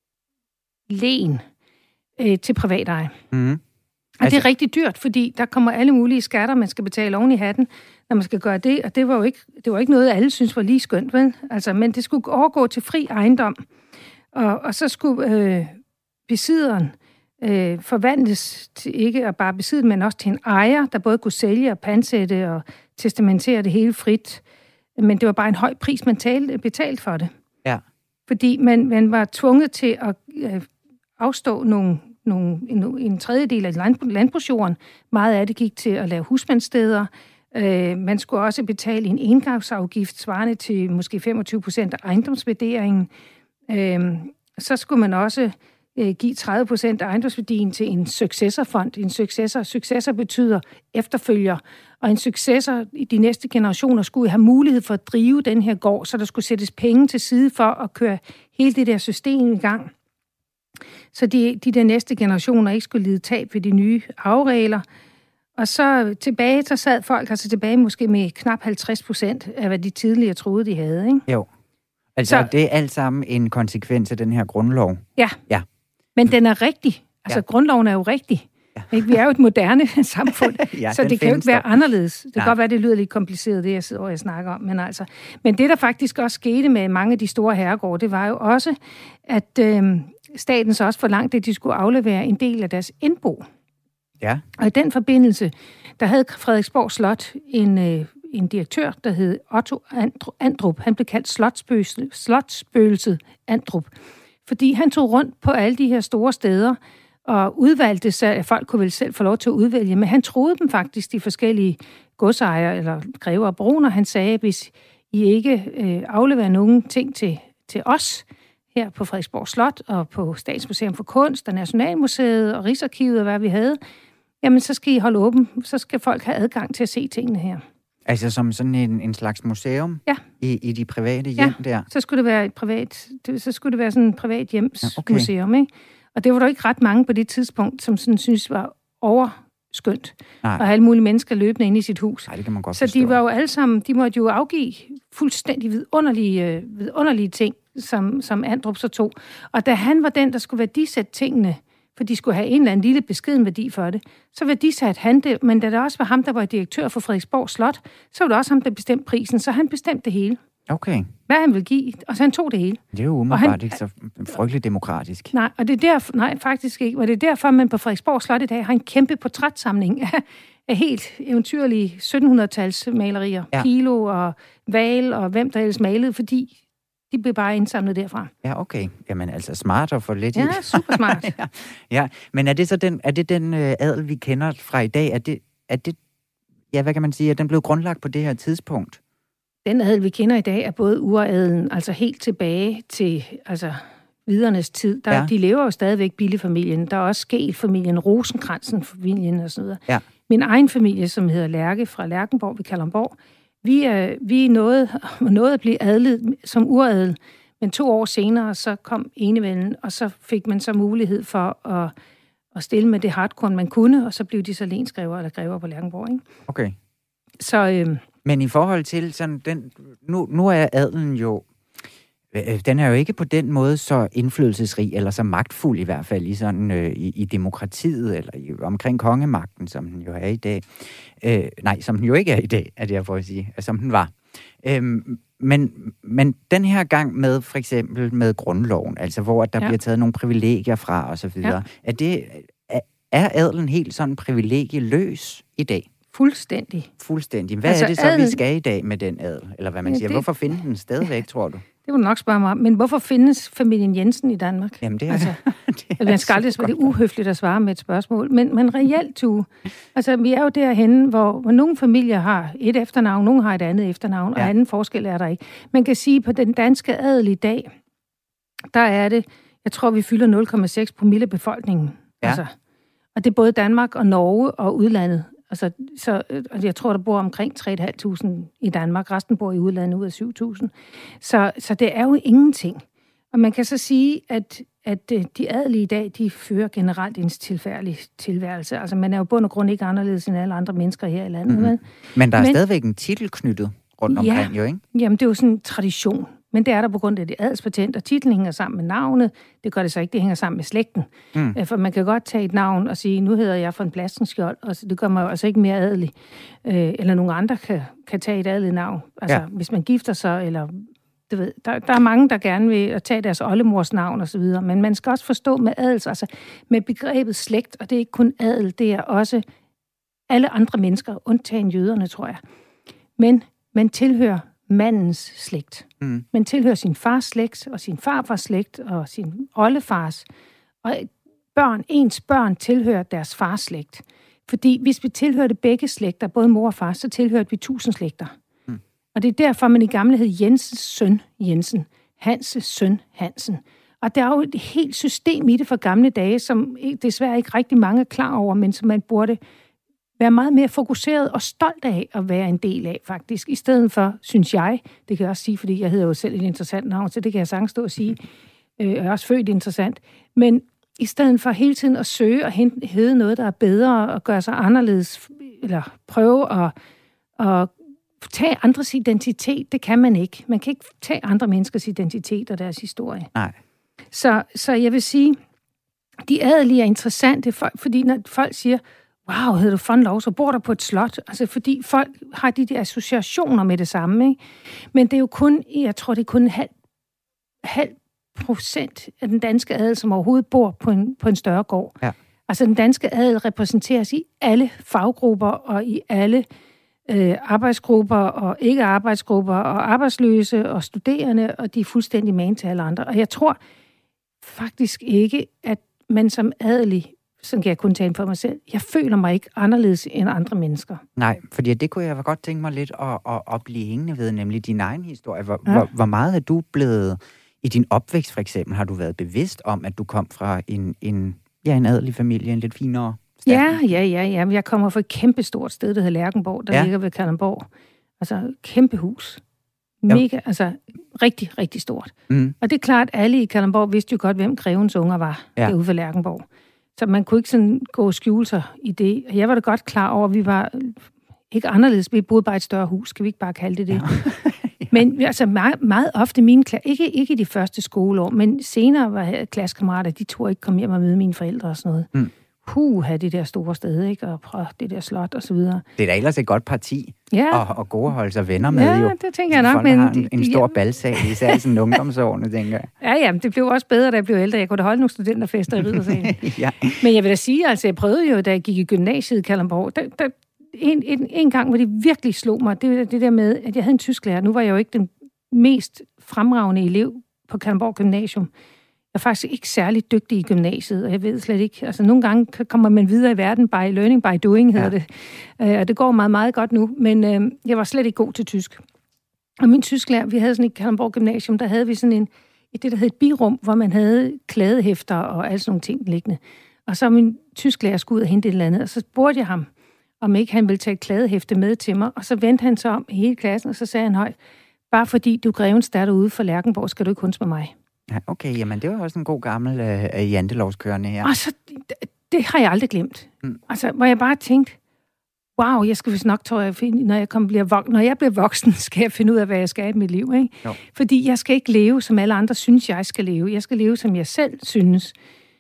S5: len øh, til privateje. Mm. Og altså, det er rigtig dyrt, fordi der kommer alle mulige skatter, man skal betale oven i hatten, når man skal gøre det, og det var jo ikke, det var ikke noget, alle synes var lige skønt, vel? Altså, men det skulle overgå til fri ejendom, og, og så skulle øh, besidderen øh, forvandles til ikke at bare besidde, men også til en ejer, der både kunne sælge og pansætte og testamentere det hele frit. Men det var bare en høj pris, man talte, betalt for det.
S1: Ja.
S5: Fordi man, man var tvunget til at øh, afstå nogle, nogle, en, en tredjedel af landbrugsjorden. Meget af det gik til at lave husmandssteder. Øh, man skulle også betale en engangsafgift, svarende til måske femogtyve procent af ejendomsvurderingen. Øh, så skulle man også øh, give tredive procent af ejendomsværdien til en successorfond. En successor, successor betyder efterfølger. Og en successor i de næste generationer skulle have mulighed for at drive den her gård, så der skulle sættes penge til side for at køre hele det der system i gang. Så de, de der næste generationer ikke skulle lide tab ved de nye afregler. Og så tilbage, så sad folk altså tilbage måske med knap halvtreds procent af, hvad de tidligere troede, de havde, ikke?
S1: Jo. Altså, så, det er alt sammen en konsekvens af den her grundlov.
S5: Ja.
S1: Ja.
S5: Men den er rigtig. Altså, ja. Grundloven er jo rigtig. Ja. Vi er jo et moderne samfund, ja, så det kan jo ikke være anderledes. Det kan godt være, det lyder lidt kompliceret, det jeg sidder og jeg snakker om. Men, altså, men det, der faktisk også skete med mange af de store herregårde, det var jo også, at øh, staten så også forlangte, at de skulle aflevere en del af deres indbo.
S1: Ja.
S5: Og i den forbindelse, der havde Frederiksborg Slot en, øh, en direktør, der hed Otto Andrup. Han blev kaldt slotsspøgelset, slotsspøgelset Andrup, fordi han tog rundt på alle de her store steder og udvalgte sig, at folk kunne vel selv få lov til at udvælge, men han troede dem faktisk, de forskellige godsejere eller grever og broner. Han sagde, at hvis I ikke øh, afleverer nogen ting til, til os her på Frederiksborg Slot og på Statsmuseum for Kunst og Nationalmuseet og Rigsarkivet og hvad vi havde, jamen så skal I holde åben, så skal folk have adgang til at se tingene her.
S1: Altså som sådan en, en slags museum
S5: ja.
S1: i, i de private hjem
S5: ja,
S1: der?
S5: så skulle det være et privat, det, så skulle det være sådan et privat hjemsmuseum,
S1: ja, okay.
S5: Ikke? Og det var der ikke ret mange på det tidspunkt, som sådan synes var overskønt. Nej. Og alle mulige mennesker løbende ind i sit hus.
S1: Nej, det kan man godt
S5: så
S1: forstå.
S5: de var jo alle sammen, de måtte jo afgive fuldstændig vidunderlige, vidunderlige ting, som, som Andrup så tog. Og da han var den, der skulle værdisætte tingene, for de skulle have en eller anden lille beskeden værdi for det, så værdisatte han det. Men da det også var ham, der var direktør for Frederiksborg Slot, så var det også ham, der bestemte prisen. Så han bestemte det hele.
S1: Okay.
S5: Hvad han ville give, og så han tog det hele.
S1: Det er jo umiddelbart ikke så frygteligt demokratisk.
S5: Nej, og det er derfor, nej, faktisk ikke. Og det er derfor, man på Frederiksborg Slot i dag har en kæmpe portrætsamling af, af helt eventyrlige syttenhundrede-tals malerier. Ja. Pilo og Val og hvem der ellers malede, fordi de blev bare indsamlet derfra.
S1: Ja, okay. Jamen altså smart at få lidt i.
S5: Ja, super smart.
S1: ja. ja, men er det så den, er det den øh, adel, vi kender fra i dag? Er det, er det, ja, hvad kan man sige, at den blev grundlagt på det her tidspunkt?
S5: Den adel, vi kender i dag, er både uradelen, altså helt tilbage til altså, vidernes tid. Der, ja. De lever jo stadigvæk Bille-familien. Der er også Skeel-familien, Rosenkrantzen-familien og sådan noget.
S1: Ja.
S5: Min egen familie, som hedder Lærke fra Lærkenborg ved Kalundborg, vi er, vi er nået, nået at blive adlet som uradel, men to år senere, så kom enevælden, og så fik man så mulighed for at, at stille med det hardcore, man kunne, og så blev de så lensgrever eller grever på Lærkenborg, ikke?
S1: Okay.
S5: Så... Øh,
S1: Men i forhold til sådan den... Nu, nu er adelen jo... Øh, den er jo ikke på den måde så indflydelsesrig, eller så magtfuld i hvert fald i, sådan, øh, i, i demokratiet, eller i, omkring kongemagten, som den jo er i dag. Øh, nej, som den jo ikke er i dag, er det jeg får at sige, som den var. Øh, men, men den her gang med for eksempel med grundloven, altså hvor der ja. bliver taget nogle privilegier fra og så videre, ja. er, det, er, er adelen helt sådan privilegieløs i dag?
S5: Fuldstændig.
S1: Fuldstændig. Hvad altså, er det så, adel... vi skal i dag med den adel? Eller hvad man ja, siger. Det... Hvorfor finde den stadigvæk, tror du?
S5: Det vil du nok spørge mig om. Men hvorfor findes familien Jensen i Danmark?
S1: Jamen, det er...
S5: Altså,
S1: det er
S5: man skal aldrig svare. Det er uhøfligt at svare med et spørgsmål. Men, men reelt, tu, altså, vi er jo derhenne, hvor, hvor nogle familier har et efternavn, nogle har et andet efternavn, ja. og anden forskel er der ikke. Man kan sige, på den danske adel i dag, der er det, jeg tror, vi fylder nul komma seks promille af befolkningen. Ja. Altså, og det er både Danmark og Norge og udlandet. Altså, så, jeg tror, der bor omkring tre tusind fem hundrede i Danmark. Resten bor i udlandet ud af syv tusind. Så, så det er jo ingenting. Og man kan så sige, at, at de adelige i dag, de fører generelt en tilfærdelig tilværelse. Altså, man er jo bund og grund ikke anderledes end alle andre mennesker her i landet. Mm-hmm.
S1: Men der er Men, stadigvæk en titel knyttet rundt omkring,
S5: ja,
S1: jo, ikke?
S5: Jamen, det er jo sådan en tradition. Men det er der på grund af det adelspatent, og titlen hænger sammen med navnet. Det gør det så ikke, det hænger sammen med slægten. Mm. For man kan godt tage et navn og sige, nu hedder jeg von Plastenskjold, og det gør mig jo altså ikke mere adelig. Eller nogen andre kan, kan tage et adeligt navn. Altså, ja. hvis man gifter sig, eller du ved, der, der er mange, der gerne vil tage deres oldemors navn og så videre, men man skal også forstå med adels, altså med begrebet slægt, og det er ikke kun adel, det er også alle andre mennesker, undtagen jøderne, tror jeg. Men man tilhører mandens slægt. Mm. Man tilhører sin fars slægt, og sin farfars slægt, og sin oldefars. Og børn, ens børn tilhører deres fars slægt. Fordi hvis vi tilhørte begge slægter, både mor og far, så tilhørte vi tusind slægter. Mm. Og det er derfor, man i gamle hed Jensens søn Jensen, Hanses søn Hansen. Og der er jo et helt system i det for gamle dage, som desværre ikke rigtig mange er klar over, men som man burde være meget mere fokuseret og stolt af at være en del af, faktisk. I stedet for, synes jeg, det kan jeg også sige, fordi jeg hedder jo selv et interessant navn, så det kan jeg sagtens stå og sige, øh, jeg er også født interessant, men i stedet for hele tiden at søge og hedde noget, der er bedre, og gøre sig anderledes, eller prøve at, at tage andres identitet, det kan man ikke. Man kan ikke tage andre menneskers identitet og deres historie.
S1: Nej.
S5: Så, så jeg vil sige, de adelige er interessante, fordi når folk siger, wow, hedder du von Lov, så bor der på et slot. Altså, fordi folk har de der associationer med det samme, ikke? Men det er jo kun, jeg tror, det er kun en halv, halv procent af den danske adel, som overhovedet bor på en, på en større gård. Ja. Altså, den danske adel repræsenteres i alle faggrupper og i alle øh, arbejdsgrupper og ikke-arbejdsgrupper og arbejdsløse og studerende, og de er fuldstændig magen til alle andre. Og jeg tror faktisk ikke, at man som adelig, sådan kan jeg kun tale for mig selv, jeg føler mig ikke anderledes end andre mennesker.
S1: Nej, fordi det kunne jeg godt tænke mig lidt at, at, at blive hængende ved, nemlig din egen historie. Hvor, ja. hvor, hvor meget er du blevet, i din opvækst for eksempel, har du været bevidst om, at du kom fra en, en, ja, en adelig familie, en lidt finere stand?
S5: Ja, ja, ja, ja. Jeg kommer fra et kæmpestort sted, der hedder Lerkenborg, der ja. ligger ved Kalundborg. Altså, kæmpe hus. Mega, ja. altså rigtig, rigtig stort. Mm. Og det er klart, at alle i Kalundborg vidste jo godt, hvem grevens unger var, ja. derude ved Lerkenborg. Så man kunne ikke sådan gå og skjule sig i det. Jeg var da godt klar over, at vi var ikke anderledes. Vi boede bare i et større hus. Skal vi ikke bare kalde det det? Ja. Ja. Men altså meget, meget ofte mine klasse, ikke, ikke de første skoleår, men senere var klassekammerater, de tog ikke komme hjem og møde mine forældre og sådan noget. Mm. Puh, det der store sted, ikke? Og prøv, det der slot og så videre.
S1: Det er da ellers et godt parti
S5: ja.
S1: og, og gode at holde sig venner med,
S5: ja,
S1: jo.
S5: Ja, det tænker jeg nok.
S1: Folk men har en, en stor ja. balsal, især i sådan ungdomsårene, tænker jeg.
S5: Ja, ja, det blev også bedre, da jeg blev ældre. Jeg kunne da holde nogle studenterfester i Riddersalen. ja. Men jeg vil da sige, altså, jeg prøvede jo, da jeg gik i gymnasiet i Kalundborg, der, der, en, en, en gang, hvor det virkelig slog mig, det var det der med, at jeg havde en tysklærer. Nu var jeg jo ikke den mest fremragende elev på Kalundborg Gymnasium. Jeg er faktisk ikke særlig dygtig i gymnasiet, og jeg ved slet ikke, altså nogle gange kommer man videre i verden by learning by doing, hedder ja. det. Og det går meget, meget godt nu, men øh, jeg var slet ikke god til tysk. Og min tysklærer, vi havde sådan et Kalundborg Gymnasium, der havde vi sådan en, et det, der hed et birum, hvor man havde kladehæfter og alle sådan nogle ting liggende. Og så min tysklærer skulle ud og hente et eller andet, og så spurgte jeg ham, om ikke han ville tage et kladehæfte med til mig, og så vendte han sig om i hele klassen, og så sagde han højt, bare fordi du er grevens datter ude for Lerkenborg, skal du ikke kunst med mig.
S1: Ja, okay, jamen det var også en god gammel øh, jantelovskørende her.
S5: Og så, det, det har jeg aldrig glemt. Mm. Altså, hvor jeg bare tænkte, wow, jeg skal vist nok, tror jeg, når jeg, kom, bliver vok- når jeg bliver voksen, skal jeg finde ud af, hvad jeg skal i mit liv, ikke? Jo. Fordi jeg skal ikke leve, som alle andre synes, jeg skal leve. Jeg skal leve, som jeg selv synes.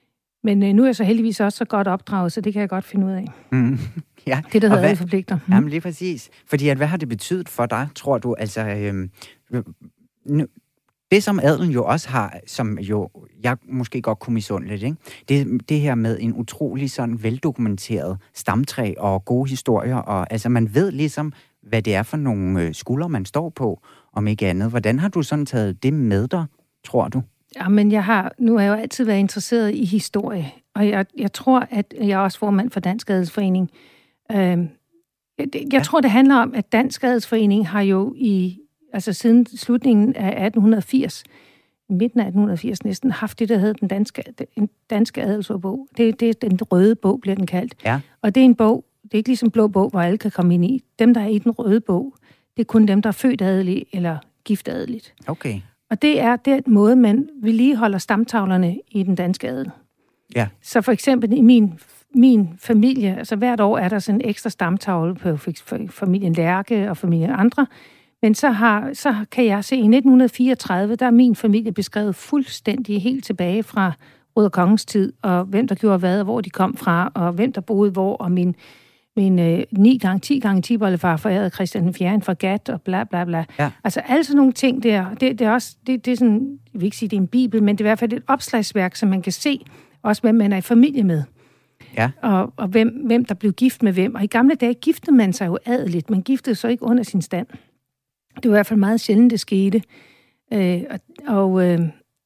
S5: Men øh, nu er jeg så heldigvis også så godt opdraget, så det kan jeg godt finde ud af. Mm. Ja. Det, der hedder alle forpligter. Mm.
S1: Jamen lige præcis. Fordi at, hvad har det betydet for dig, tror du? Altså, øhm, nu, det, som adelen jo også har, som jo jeg måske godt kunne misunde lidt, ikke? Det, det her med en utrolig sådan veldokumenteret stamtræ og gode historier, og altså man ved ligesom, hvad det er for nogle skuldre, man står på, om ikke andet. Hvordan har du sådan taget det med dig, tror du?
S5: Ja, men jeg har, nu har jeg jo altid været interesseret i historie, og jeg, jeg tror, at jeg er også formand for Dansk Adelsforening. Øh, jeg jeg ja. tror, det handler om, at Dansk Adelsforening har jo i, altså siden slutningen af atten firs, midten af atten firs næsten, haft det, der hedder den danske, den danske adelsordbog. Det, det er den røde bog, bliver den kaldt.
S1: Ja.
S5: Og det er en bog, det er ikke ligesom blå bog, hvor alle kan komme ind i. Dem, der er i den røde bog, det er kun dem, der er født adelige eller gift adeligt.
S1: Okay.
S5: Og det er den måde, man vedligeholder stamtavlerne i den danske adel.
S1: Ja.
S5: Så for eksempel i min, min familie, altså hvert år er der sådan en ekstra stamtavle på familien Lærke og familien andre. Men så, har, så kan jeg se, at i nitten fireogtredive, der er min familie beskrevet fuldstændig helt tilbage fra Rød Kongens tid, og hvem der gjorde hvad, og hvor de kom fra, og hvem der boede hvor, og min, min øh, ni gange, ti gange tiboldefar forærede Christian den fjerde fra Gat, og bla bla bla. Ja. Altså alle sådan nogle ting der, det, det er også, det, det er sådan, jeg vil ikke sige, det er en bibel, men det er i hvert fald et opslagsværk, som man kan se, også hvem man er i familie med.
S1: Ja. Og,
S5: og hvem, hvem der blev gift med hvem. Og i gamle dage giftede man sig jo adeligt, man giftede så ikke under sin stand. Det var i hvert fald meget sjældent, det skete. Øh, og og øh,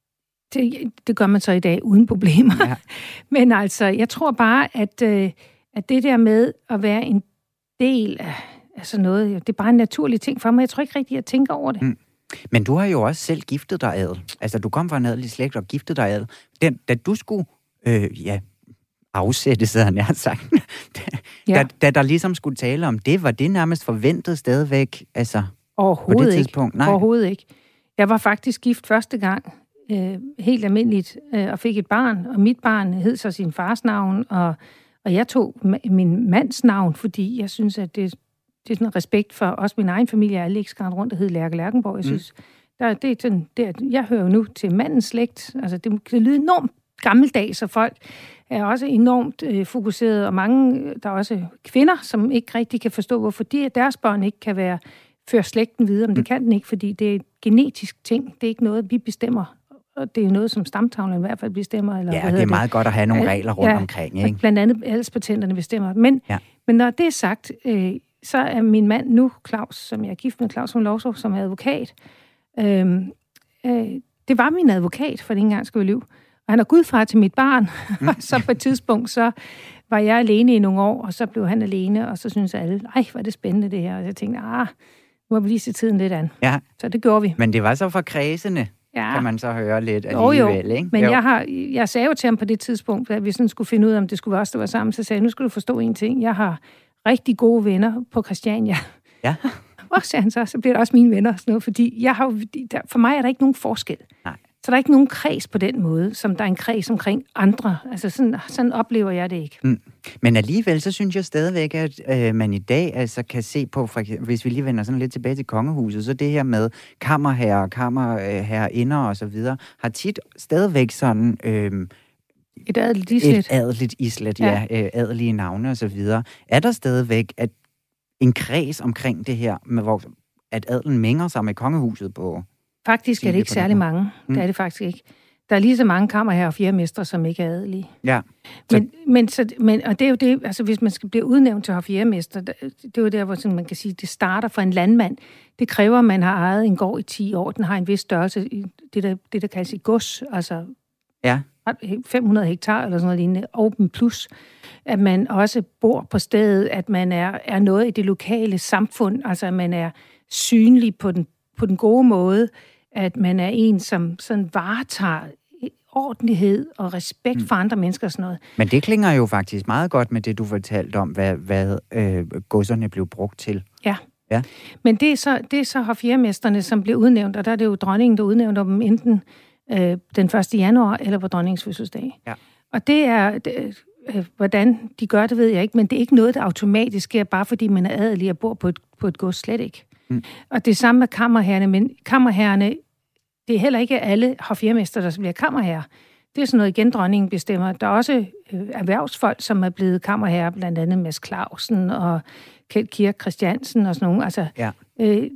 S5: det, det gør man så i dag uden problemer. Ja. Men altså, jeg tror bare, at, øh, at det der med at være en del af, af sådan noget, det er bare en naturlig ting for mig. Jeg tror ikke rigtig, jeg tænker over det. Mm.
S1: Men du har jo også selv giftet dig adel. Altså, du kom fra en adelig slægt og giftet dig adel. Den, da du skulle, øh, ja, afsætte, så han har sagt, da, ja. da, da der ligesom skulle tale om det, var det nærmest forventet stadigvæk, altså...
S5: Overhovedet
S1: på det tidspunkt?
S5: ikke.
S1: Nej.
S5: Overhovedet ikke. Jeg var faktisk gift første gang, øh, helt almindeligt, øh, og fik et barn, og mit barn hed så sin fars navn, og, og jeg tog min mands navn, fordi jeg synes, at det, det er sådan en respekt for også min egen familie, jeg ikke skal rundt og hedde Lærke Lærkenborg. Jeg synes, mm. der, det er sådan, det, jeg hører jo nu til mandens slægt, altså det kan lyde enormt gammeldags, og folk er også enormt øh, fokuseret, og mange, der er også kvinder, som ikke rigtig kan forstå, hvorfor de, deres børn ikke kan være før slægten videre, men det kan den ikke, fordi det er et genetisk ting. Det er ikke noget, vi bestemmer. Og det er noget, som stamtavlen i hvert fald bestemmer. Eller
S1: ja, det er meget det? godt at have nogle regler rundt
S5: ja,
S1: omkring. Ikke?
S5: Blandt andet alderspatenterne bestemmer. Men, ja. men når det er sagt, øh, så er min mand nu, Claus, som jeg er gift med, Claus von Lovsov, som er advokat. Øh, øh, det var min advokat, for det ikke engang skulle lyve. Og han er gudfar til mit barn. Mm. Så på et tidspunkt, så var jeg alene i nogle år, og så blev han alene, og så synes alle, ej, hvor er det spændende det her. Og jeg tænkte, ah, nu må vi lige se tiden lidt an. Ja. Så det gjorde vi.
S1: Men det var så for kredsene, ja. Kan man så høre lidt
S5: jo,
S1: alligevel,
S5: jo.
S1: Ikke?
S5: Men jo. Jeg, har, jeg sagde jo til ham på det tidspunkt, at vi sådan skulle finde ud af, om det skulle være os, der var sammen, så sagde jeg, nu skal du forstå en ting. Jeg har rigtig gode venner på Christiania.
S1: Ja.
S5: Og sagde han så, så bliver det også mine venner, sådan noget, fordi jeg har, for mig er der ikke nogen forskel.
S1: Nej.
S5: Så der er ikke nogen kreds på den måde, som der er en kreds omkring andre. Altså sådan, sådan oplever jeg det ikke. Mm.
S1: Men alligevel, så synes jeg stadigvæk, at øh, man i dag altså kan se på, for eksempel, hvis vi lige vender sådan lidt tilbage til kongehuset, så det her med kammerherrer, kammerherrinder og så videre, har tit stadigvæk sådan... Øh,
S5: et adeligt islet.
S1: Et adeligt islet, ja. ja øh, adelige navne og så videre. Er der stadigvæk at en kreds omkring det her, med hvor, at adelen mænger sig med kongehuset på...
S5: Faktisk er det ikke særlig mange. Mm. Det er det faktisk ikke. Der er lige så mange kammerherrer og fjermestre, som ikke er adelige.
S1: Ja.
S5: Så... Men, men, så, men, og det er jo det, altså hvis man skal blive udnævnt til hofjermester, det er jo der, hvor sådan, man kan sige, det starter for en landmand. Det kræver, at man har ejet en gård i ti år. Den har en vis størrelse, det der, det der kaldes i gods, altså
S1: ja.
S5: fem hundrede hektar eller sådan noget lignende, open plus, at man også bor på stedet, at man er, er noget i det lokale samfund, altså at man er synlig på den, på den gode måde, at man er en, som sådan varetager ordentlighed og respekt mm. for andre mennesker og sådan noget.
S1: Men det klinger jo faktisk meget godt med det, du fortalte om, hvad, hvad øh, godserne blev brugt til.
S5: Ja.
S1: ja.
S5: Men det er så, det er så hofjermesterne, som blev udnævnt, og der er det jo dronningen, der udnævner dem enten øh, den første januar eller på dronningens fødselsdag. Ja. Og det er... Det, øh, hvordan de gør det, ved jeg ikke, men det er ikke noget, der automatisk sker, bare fordi man er adelig og bor på et, på et gods, slet ikke. Mm. Og det samme med kammerherrerne, men kammerherrerne, det er heller ikke alle hofjermester, der bliver kammerherrer. Det er sådan noget, igen dronningen bestemmer. Der er også øh, erhvervsfolk, som er blevet kammerherrer, blandt andet Mads Clausen og Kjeld Kirk Christiansen og sådan nogle. Altså, ja. øh, det,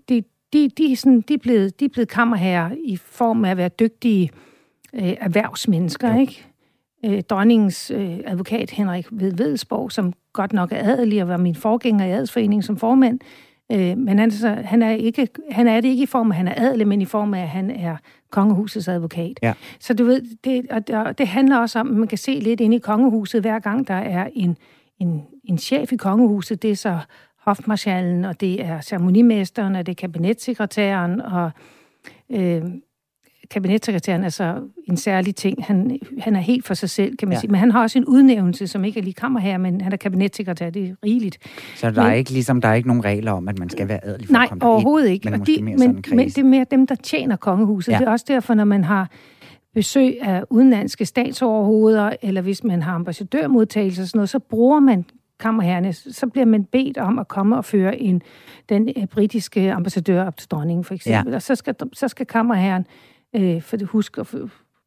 S5: de, de, er sådan, de, er blevet, de er blevet kammerherrer i form af at være dygtige øh, erhvervsmennesker, ja. ikke? Øh, dronningens øh, advokat Henrik Vedelsborg, som godt nok er adelig og var min forgænger i Adelsforeningen som formand, øh, men han, så, han, er ikke, han er det ikke i form af, at han er adelig, men i form af, at han er kongehusets advokat. Ja. Så du ved, det, og det, det handler også om, at man kan se lidt ind i kongehuset, hver gang der er en, en, en chef i kongehuset, det er så hofmarschallen, og det er ceremonimesteren, og det er kabinetssekretæren, og øh, kabinetssekretæren er så en særlig ting. Han, han er helt for sig selv, kan man ja. sige. Men han har også en udnævnelse, som ikke er lige kammerherre, men han er kabinetssekretær, det er rigeligt.
S1: Så der men, er ikke ligesom, der er ikke nogen regler om, at man skal være adelig for
S5: nej,
S1: at komme
S5: Nej, overhovedet ikke.
S1: Men,
S5: og de, men, men det er mere dem, der tjener kongehuset. Ja. Det er også derfor, når man har besøg af udenlandske statsoverhoveder, eller hvis man har ambassadørmodtagelse og sådan noget, så bruger man kammerherrene, så bliver man bedt om at komme og føre en, den uh, britiske ambassadør op til dronningen, for eksempel. Ja. Og så skal, så skal kammerherren øh, for det huske at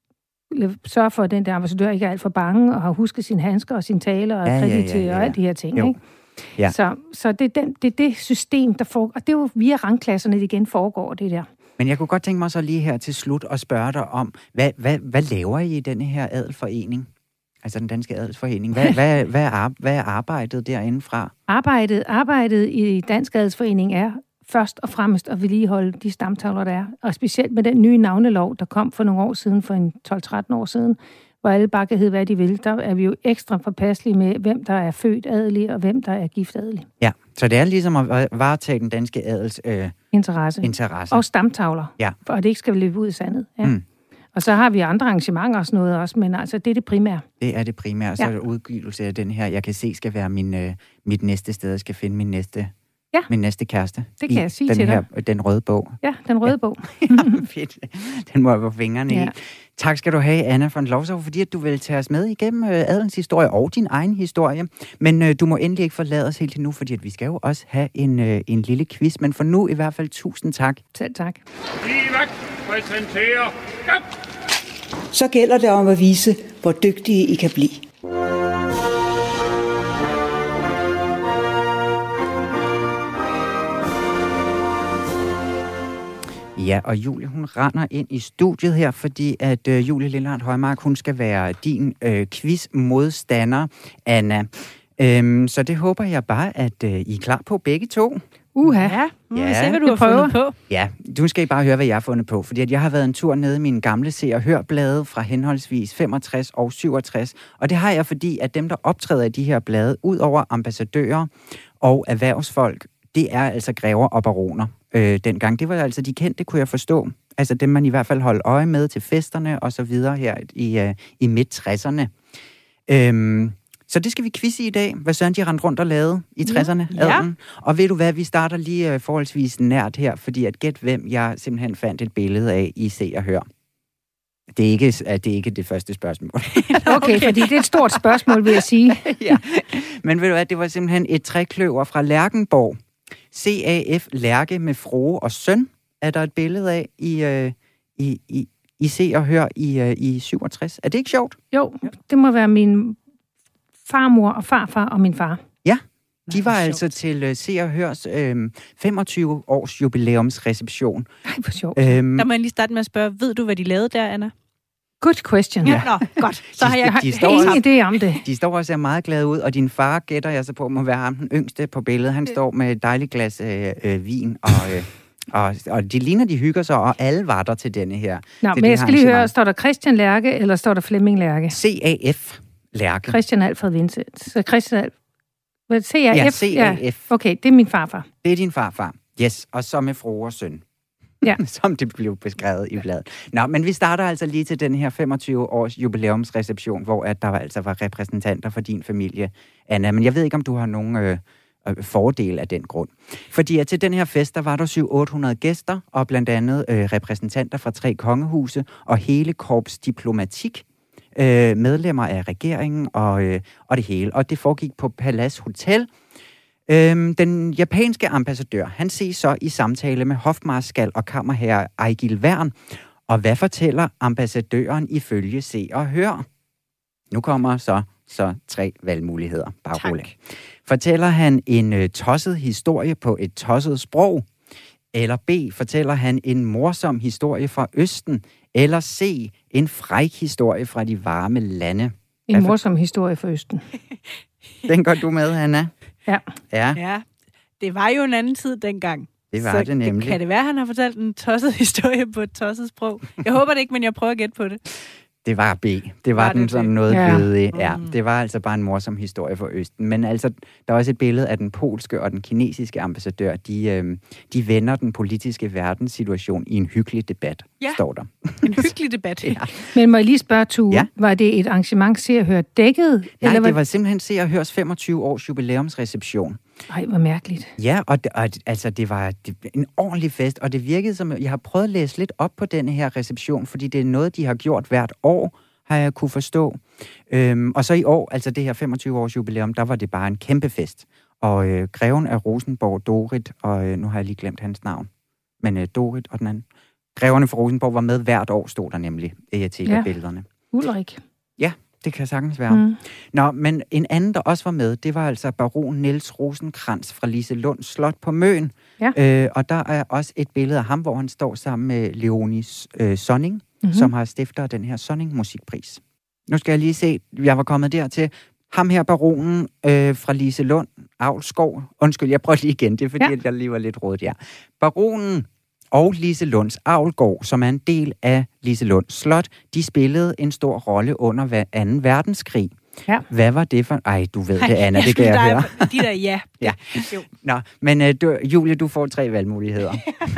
S5: sørge for, at den der ambassadør ikke er alt for bange, og har husket sine handsker og sine taler og
S1: ja,
S5: kredit
S1: ja, ja, ja, ja.
S5: og alle de her ting.
S1: Jo.
S5: Ikke?
S1: Ja.
S5: Så, så det, er den, det er det system, der foregår. Og det er jo via rangklasserne, det igen foregår, det der.
S1: Men jeg kunne godt tænke mig så lige her til slut at spørge dig om, hvad, hvad, hvad laver I i denne her adelforening? Altså den danske adelsforening. Hvad, hvad, hvad, er, hvad er arbejdet derindefra?
S5: Arbejdet, arbejdet i Dansk Adelsforening er først og fremmest at vedligeholde de stamtavler, der er. Og specielt med den nye navnelov, der kom for nogle år siden, for en tolv tretten år siden, hvor alle bare kan hedde, hvad de vil. Der er vi jo ekstra påpasselige med, hvem der er født adelig, og hvem der er gift adelig. Ja,
S1: så det er ligesom at varetage den danske adels øh,
S5: interesse.
S1: interesse.
S5: Og stamtavler, ja. For at det ikke skal løbe ud i sandet. Ja. Mm. Og så har vi andre arrangementer og sådan noget også, men altså, det er det primære.
S1: Det er det primære. Så ja. er det udgivelse af den her, jeg kan se, skal være min, øh, mit næste sted. Jeg skal finde min næste, ja. min næste kæreste.
S5: Det kan jeg sige
S1: den
S5: til
S1: her,
S5: dig.
S1: Den røde bog.
S5: Ja, den røde ja. bog.
S1: Fedt. Den må jeg på fingrene ja. i. Tak skal du have, Anna von Lowzow, fordi at du vil tage os med igennem øh, adelens historie og din egen historie. Men øh, du må endelig ikke forlade os helt til nu, fordi at vi skal jo også have en, øh, en lille quiz. Men for nu i hvert fald tusind tak.
S5: Selv tak.
S7: Livvagt præsenterer...
S3: Så gælder det om at vise, hvor dygtige I kan blive.
S1: Ja, og Julie, hun render ind i studiet her, fordi at øh, Julie Lindhardt Højmark, hun skal være din øh, quiz-modstander, Anna. Øhm, så det håber jeg bare, at øh, I er klar på begge to.
S5: Uha.
S2: Ja,
S1: ja.
S2: Vi se, hvad du har prøver. fundet på.
S1: Ja, du skal bare høre, hvad jeg har fundet på, fordi at jeg har været en tur nede i mine gamle Se- og Hør-blade fra henholdsvis femogtres og syvogtres, og det har jeg, fordi at dem, der optræder i de her blade, ud over ambassadører og erhvervsfolk, det er altså grever og baroner øh, dengang. Det var altså de kendte, kunne jeg forstå. Altså dem, man i hvert fald holdt øje med til festerne og så videre her i, øh, i midt-tresserne. Øhm, så det skal vi quizze i dag, hvad Søren de rendte rundt og lavede i tresserne.
S2: Ja. Ja.
S1: Og ved du hvad, vi starter lige øh, forholdsvis nært her, fordi at gæt hvem jeg simpelthen fandt et billede af i Se og Hør. Det er ikke det, er ikke det første spørgsmål.
S5: okay, okay, fordi det er et stort spørgsmål, vil jeg sige.
S1: ja. Men ved du hvad, det var simpelthen et trækløver fra Lærkenborg. C A F Lærke med frue og søn, er der et billede af i, øh, i, i, i Se og Hør i, øh, i syvogtres. Er det ikke sjovt?
S5: Jo, det må være min farmor og farfar og min far.
S1: Ja, de var altså til uh, Se og Hørs øh, femogtyve års jubilæumsreception.
S5: Ej, hvor sjovt.
S2: Øhm, der må jeg lige starte med at spørge, ved du, hvad de lavede der, Anna?
S5: Good question.
S2: Ja, nå, godt. Så har jeg
S1: de, de
S5: ingen idé om det.
S1: De står også meget glade ud, og din far gætter jeg så på, må være ham den yngste på billedet. Han står med et dejligt glas øh, øh, vin, og, øh, og, og de ligner, de hygger sig, og alle var der til denne her.
S5: Nå, men jeg skal lige høre, står der Christian Lærke, eller står der Flemming Lærke?
S1: C A F Lærke.
S5: Christian Alfred Vincent. Så Christian Alfred... C A F?
S1: Ja, C A F.
S5: Ja. Okay, det er min farfar.
S1: Det er din farfar. Yes, og så med frue og søn.
S5: Ja.
S1: Som det blev beskrevet i bladet. Nå, men vi starter altså lige til den her femogtyve års jubilæumsreception, hvor at der altså var repræsentanter for din familie, Anna. Men jeg ved ikke, om du har nogen øh, fordel af den grund. Fordi at til den her fest, der var der syv otte hundrede gæster, og blandt andet øh, repræsentanter fra tre kongehuse, og hele korps diplomatik, øh, medlemmer af regeringen og, øh, og det hele. Og det foregik på Palads Hotel. Øhm, den japanske ambassadør, han ses så i samtale med hofmarskal og kammerherre Ejgil Værn. Og hvad fortæller ambassadøren ifølge Se og Hør? Nu kommer så, så tre valgmuligheder. Bare roligt. Fortæller han en øh, tosset historie på et tosset sprog? Eller B, fortæller han en morsom historie fra Østen? Eller C, en fræk historie fra de varme lande?
S5: En morsom historie fra Østen.
S1: Den går du med, Anna?
S5: Ja.
S1: Ja.
S2: Ja, det var jo en anden tid dengang.
S1: Det var
S2: så
S1: det nemlig.
S2: Kan det være, at han har fortalt en tosset historie på et tosset sprog? Jeg håber det ikke, men jeg prøver at gætte på det.
S1: Det var B. Det var,
S2: Var
S1: den
S2: det
S1: sådan
S2: det?
S1: noget
S5: Ja.
S1: bløde. Ja,
S2: Mm.
S1: det var altså bare en morsom historie fra Østen. Men altså, der er også et billede af den polske og den kinesiske ambassadør. De, øh, de vender den politiske verdenssituation i en hyggelig debat,
S2: Ja.
S1: står der.
S2: En hyggelig debat.
S1: Ja.
S5: Men må jeg lige spørge, Tue,
S1: Ja.
S5: var det et arrangement, Se og Hør dækket?
S1: Nej,
S5: eller
S1: det var simpelthen Se og Hørs femogtyve års jubilæumsreception.
S5: Ej, hvor mærkeligt.
S1: Ja, og, det, og altså, det var det, en ordentlig fest, og det virkede som, jeg har prøvet at læse lidt op på denne her reception, fordi det er noget, de har gjort hvert år, har jeg kunne forstå. Øhm, og så i år, altså det her femogtyve års jubilæum, der var det bare en kæmpe fest. Og øh, greven af Rosenborg, Dorit, og øh, nu har jeg lige glemt hans navn, men øh, Dorit og den anden. Greverne fra Rosenborg var med hvert år, stod der nemlig i billederne.
S5: Ulrik.
S1: Ja, det kan sagtens være. Mm. Nå, men en anden, der også var med, det var altså baron Niels Rosenkrantz fra Liselund Slot på Møn.
S5: Ja.
S1: Øh, og der er også et billede af ham, hvor han står sammen med Leonis øh, Sonning, mm-hmm. som har stifter den her Sonning Musikpris. Nu skal jeg lige se, jeg var kommet dertil. Ham her, baronen øh, fra Liselund, Avlskov. Undskyld, jeg prøver lige igen, det er fordi, ja. jeg lige var lidt rådet, ja. Baronen og Liselunds Avlgård, som er en del af Liselund Slot, de spillede en stor rolle under anden verdenskrig.
S5: Ja.
S1: Hvad var det for... Ej, du ved
S2: Ej,
S1: det, Anna,
S2: jeg
S1: det kan
S2: skulle
S1: jeg
S2: dig-
S1: høre.
S2: De der ja.
S1: Ja.
S2: Jo.
S1: Nå, men øh, du, Julie, du får tre valgmuligheder.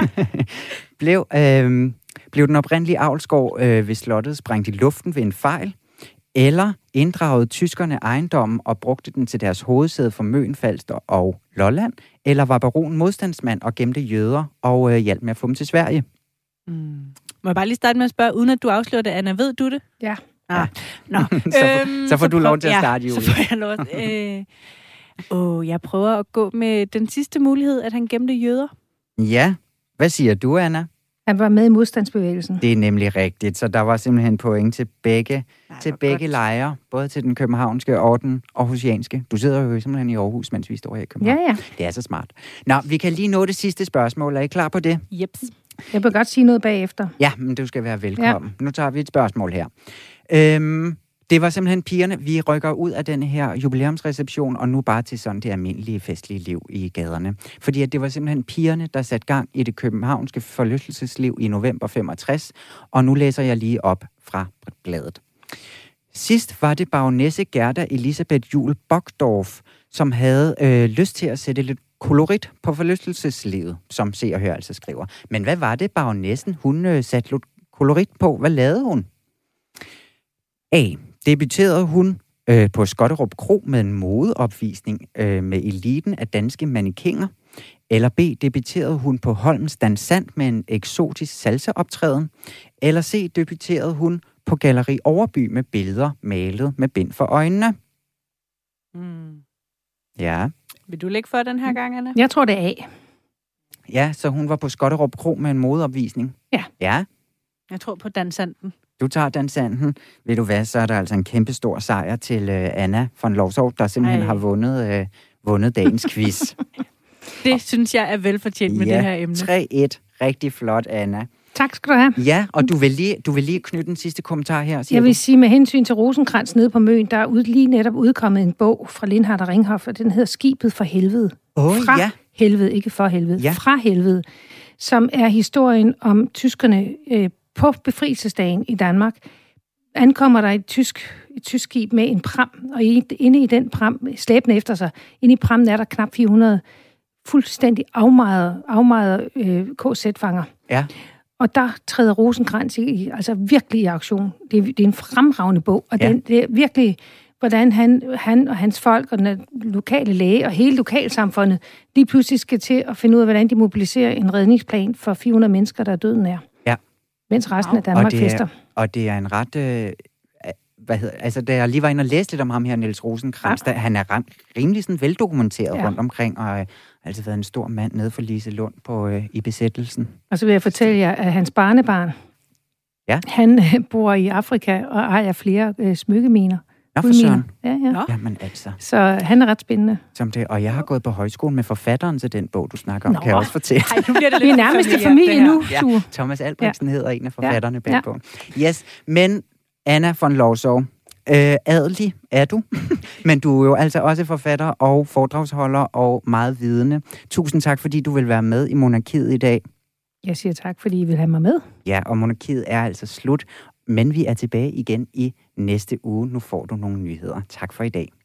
S1: blev, øh, blev den oprindelige avlsgård øh, ved slottet sprængt i luften ved en fejl, eller inddragede tyskerne ejendommen og brugte den til deres hovedsæde for Møn, Falster og Lolland, eller var baronen modstandsmand og gemte jøder og øh, hjalp med at få dem til Sverige?
S2: Mm. Må jeg bare lige starte med at spørge, uden at du afslører det, Anna, ved du det?
S5: Ja.
S2: Ah. Nå.
S1: så, øhm, så får du
S2: prøv,
S1: lov til at starte,
S2: ja,
S1: Julie.
S2: så får jeg lov. Øh, åh, jeg prøver at gå med den sidste mulighed, at han gemte jøder.
S1: Ja, hvad siger du, Anna?
S5: Han var med i modstandsbevægelsen.
S1: Det er nemlig rigtigt, så der var simpelthen point til begge,
S2: Nej,
S1: til begge lejre, både til den københavnske og den aarhusianske. Du sidder jo simpelthen i Aarhus, mens vi står her i København.
S5: Ja, ja.
S1: Det er så smart. Nå, vi kan lige nå det sidste spørgsmål. Er I klar på det?
S2: Jeps.
S5: Jeg vil godt sige noget bagefter.
S1: Ja, men du skal være velkommen. Ja. Nu tager vi et spørgsmål her. Øhm, det var simpelthen pigerne. Vi rykker ud af den her jubilæumsreception, og nu bare til sådan det almindelige festlige liv i gaderne. Fordi at det var simpelthen pigerne, der satte gang i det københavnske forlystelsesliv i november femogtres, og nu læser jeg lige op fra bladet. Sidst var det baronesse Gerda Elisabeth Juel Bockdorf, som havde øh, lyst til at sætte lidt kolorit på forlystelseslivet, som Se og Hør altså skriver. Men hvad var det, baronessen, hun øh, satte lidt kolorit på? Hvad lavede hun? A. Debuterede hun øh, på Skotterup Kro med en modeopvisning øh, med eliten af danske mannequiner. Eller B. Debuterede hun på Holmens Dansant med en eksotisk salsaoptræden. Eller C. Debuterede hun på Galleri Overby med billeder malet med bind for øjnene.
S2: Mm.
S1: Ja.
S2: Vil du lægge for den her gang, Anna?
S5: Jeg tror, det er A.
S1: Ja, så hun var på Skotterup Kro med en modeopvisning.
S5: Ja.
S1: Ja.
S2: Jeg tror på dansanten.
S1: Du tager dansanten. Ved du hvad, så er der altså en kæmpe stor sejr til øh, Anna von Lovsov, der simpelthen Ej. har vundet, øh, vundet dagens quiz.
S2: Det synes jeg er velfortjent med
S1: ja,
S2: det her emne.
S1: tre et. Rigtig flot, Anna.
S5: Tak skal du have.
S1: Ja, og du vil lige, du vil lige knytte den sidste kommentar her, siger
S5: Jeg vil
S1: du?
S5: sige, med hensyn til Rosenkrantz nede på Møn, der er ud, lige netop udkommet en bog fra Lindhardt og Ringhof, og den hedder Skibet for helvede.
S1: Åh,
S5: fra
S1: ja.
S5: helvede, ikke for helvede.
S1: Ja.
S5: Fra helvede, som er historien om tyskerne øh, på befrielsesdagen i Danmark. Ankommer der et tysk, et tysk skib med en pram, og inde i den pram, slæbende efter sig, inde i prammen er der knap fire hundrede fuldstændig afmejede, afmejede øh, K Z-fanger.
S1: Ja.
S5: Og der træder Rosenkrantz i, altså virkelig i aktion. Det er, det er en fremragende bog, og
S1: Ja.
S5: den, det er virkelig, hvordan han, han og hans folk og den lokale læge og hele lokalsamfundet lige pludselig skal til at finde ud af, hvordan de mobiliserer en redningsplan for fire hundrede mennesker, der er døden nær.
S1: Ja.
S5: Mens resten af Danmark
S1: og det
S5: fester.
S1: er, og det er en ret... Øh, hvad hedder, altså, da jeg lige var inde og læste lidt om ham her, Niels Rosenkrantz, ja. der, han er ram, rimelig sådan veldokumenteret ja. rundt omkring, og har altid været en stor mand nede for Lise Lund på, øh, i besættelsen.
S5: Og så vil jeg fortælle jer, at hans barnebarn,
S1: ja.
S5: han øh, bor i Afrika og ejer flere øh, smykkeminer.
S1: Nå, for søren.
S5: Ja, ja.
S1: Jamen altså.
S5: Så han er ret spændende.
S1: Som det. Og jeg har gået på højskole med forfatteren til den bog, du snakker om, Nå. kan jeg også fortælle.
S2: Ej, nu bliver det
S5: Vi er nærmest i familie nu.
S1: Ja, Thomas Albrechtsen ja. hedder en af forfatterne
S5: ja.
S1: bag bogen. Yes, men Anna von Lowzow, øh, adelig er du, men du er jo altså også forfatter og foredragsholder og meget vidende. Tusind tak, fordi du vil være med i Monarkiet i dag.
S5: Jeg siger tak, fordi I vil have mig med.
S1: Ja, og Monarkiet er altså slut, men vi er tilbage igen i næste uge. Nu får du nogle nyheder. Tak for i dag.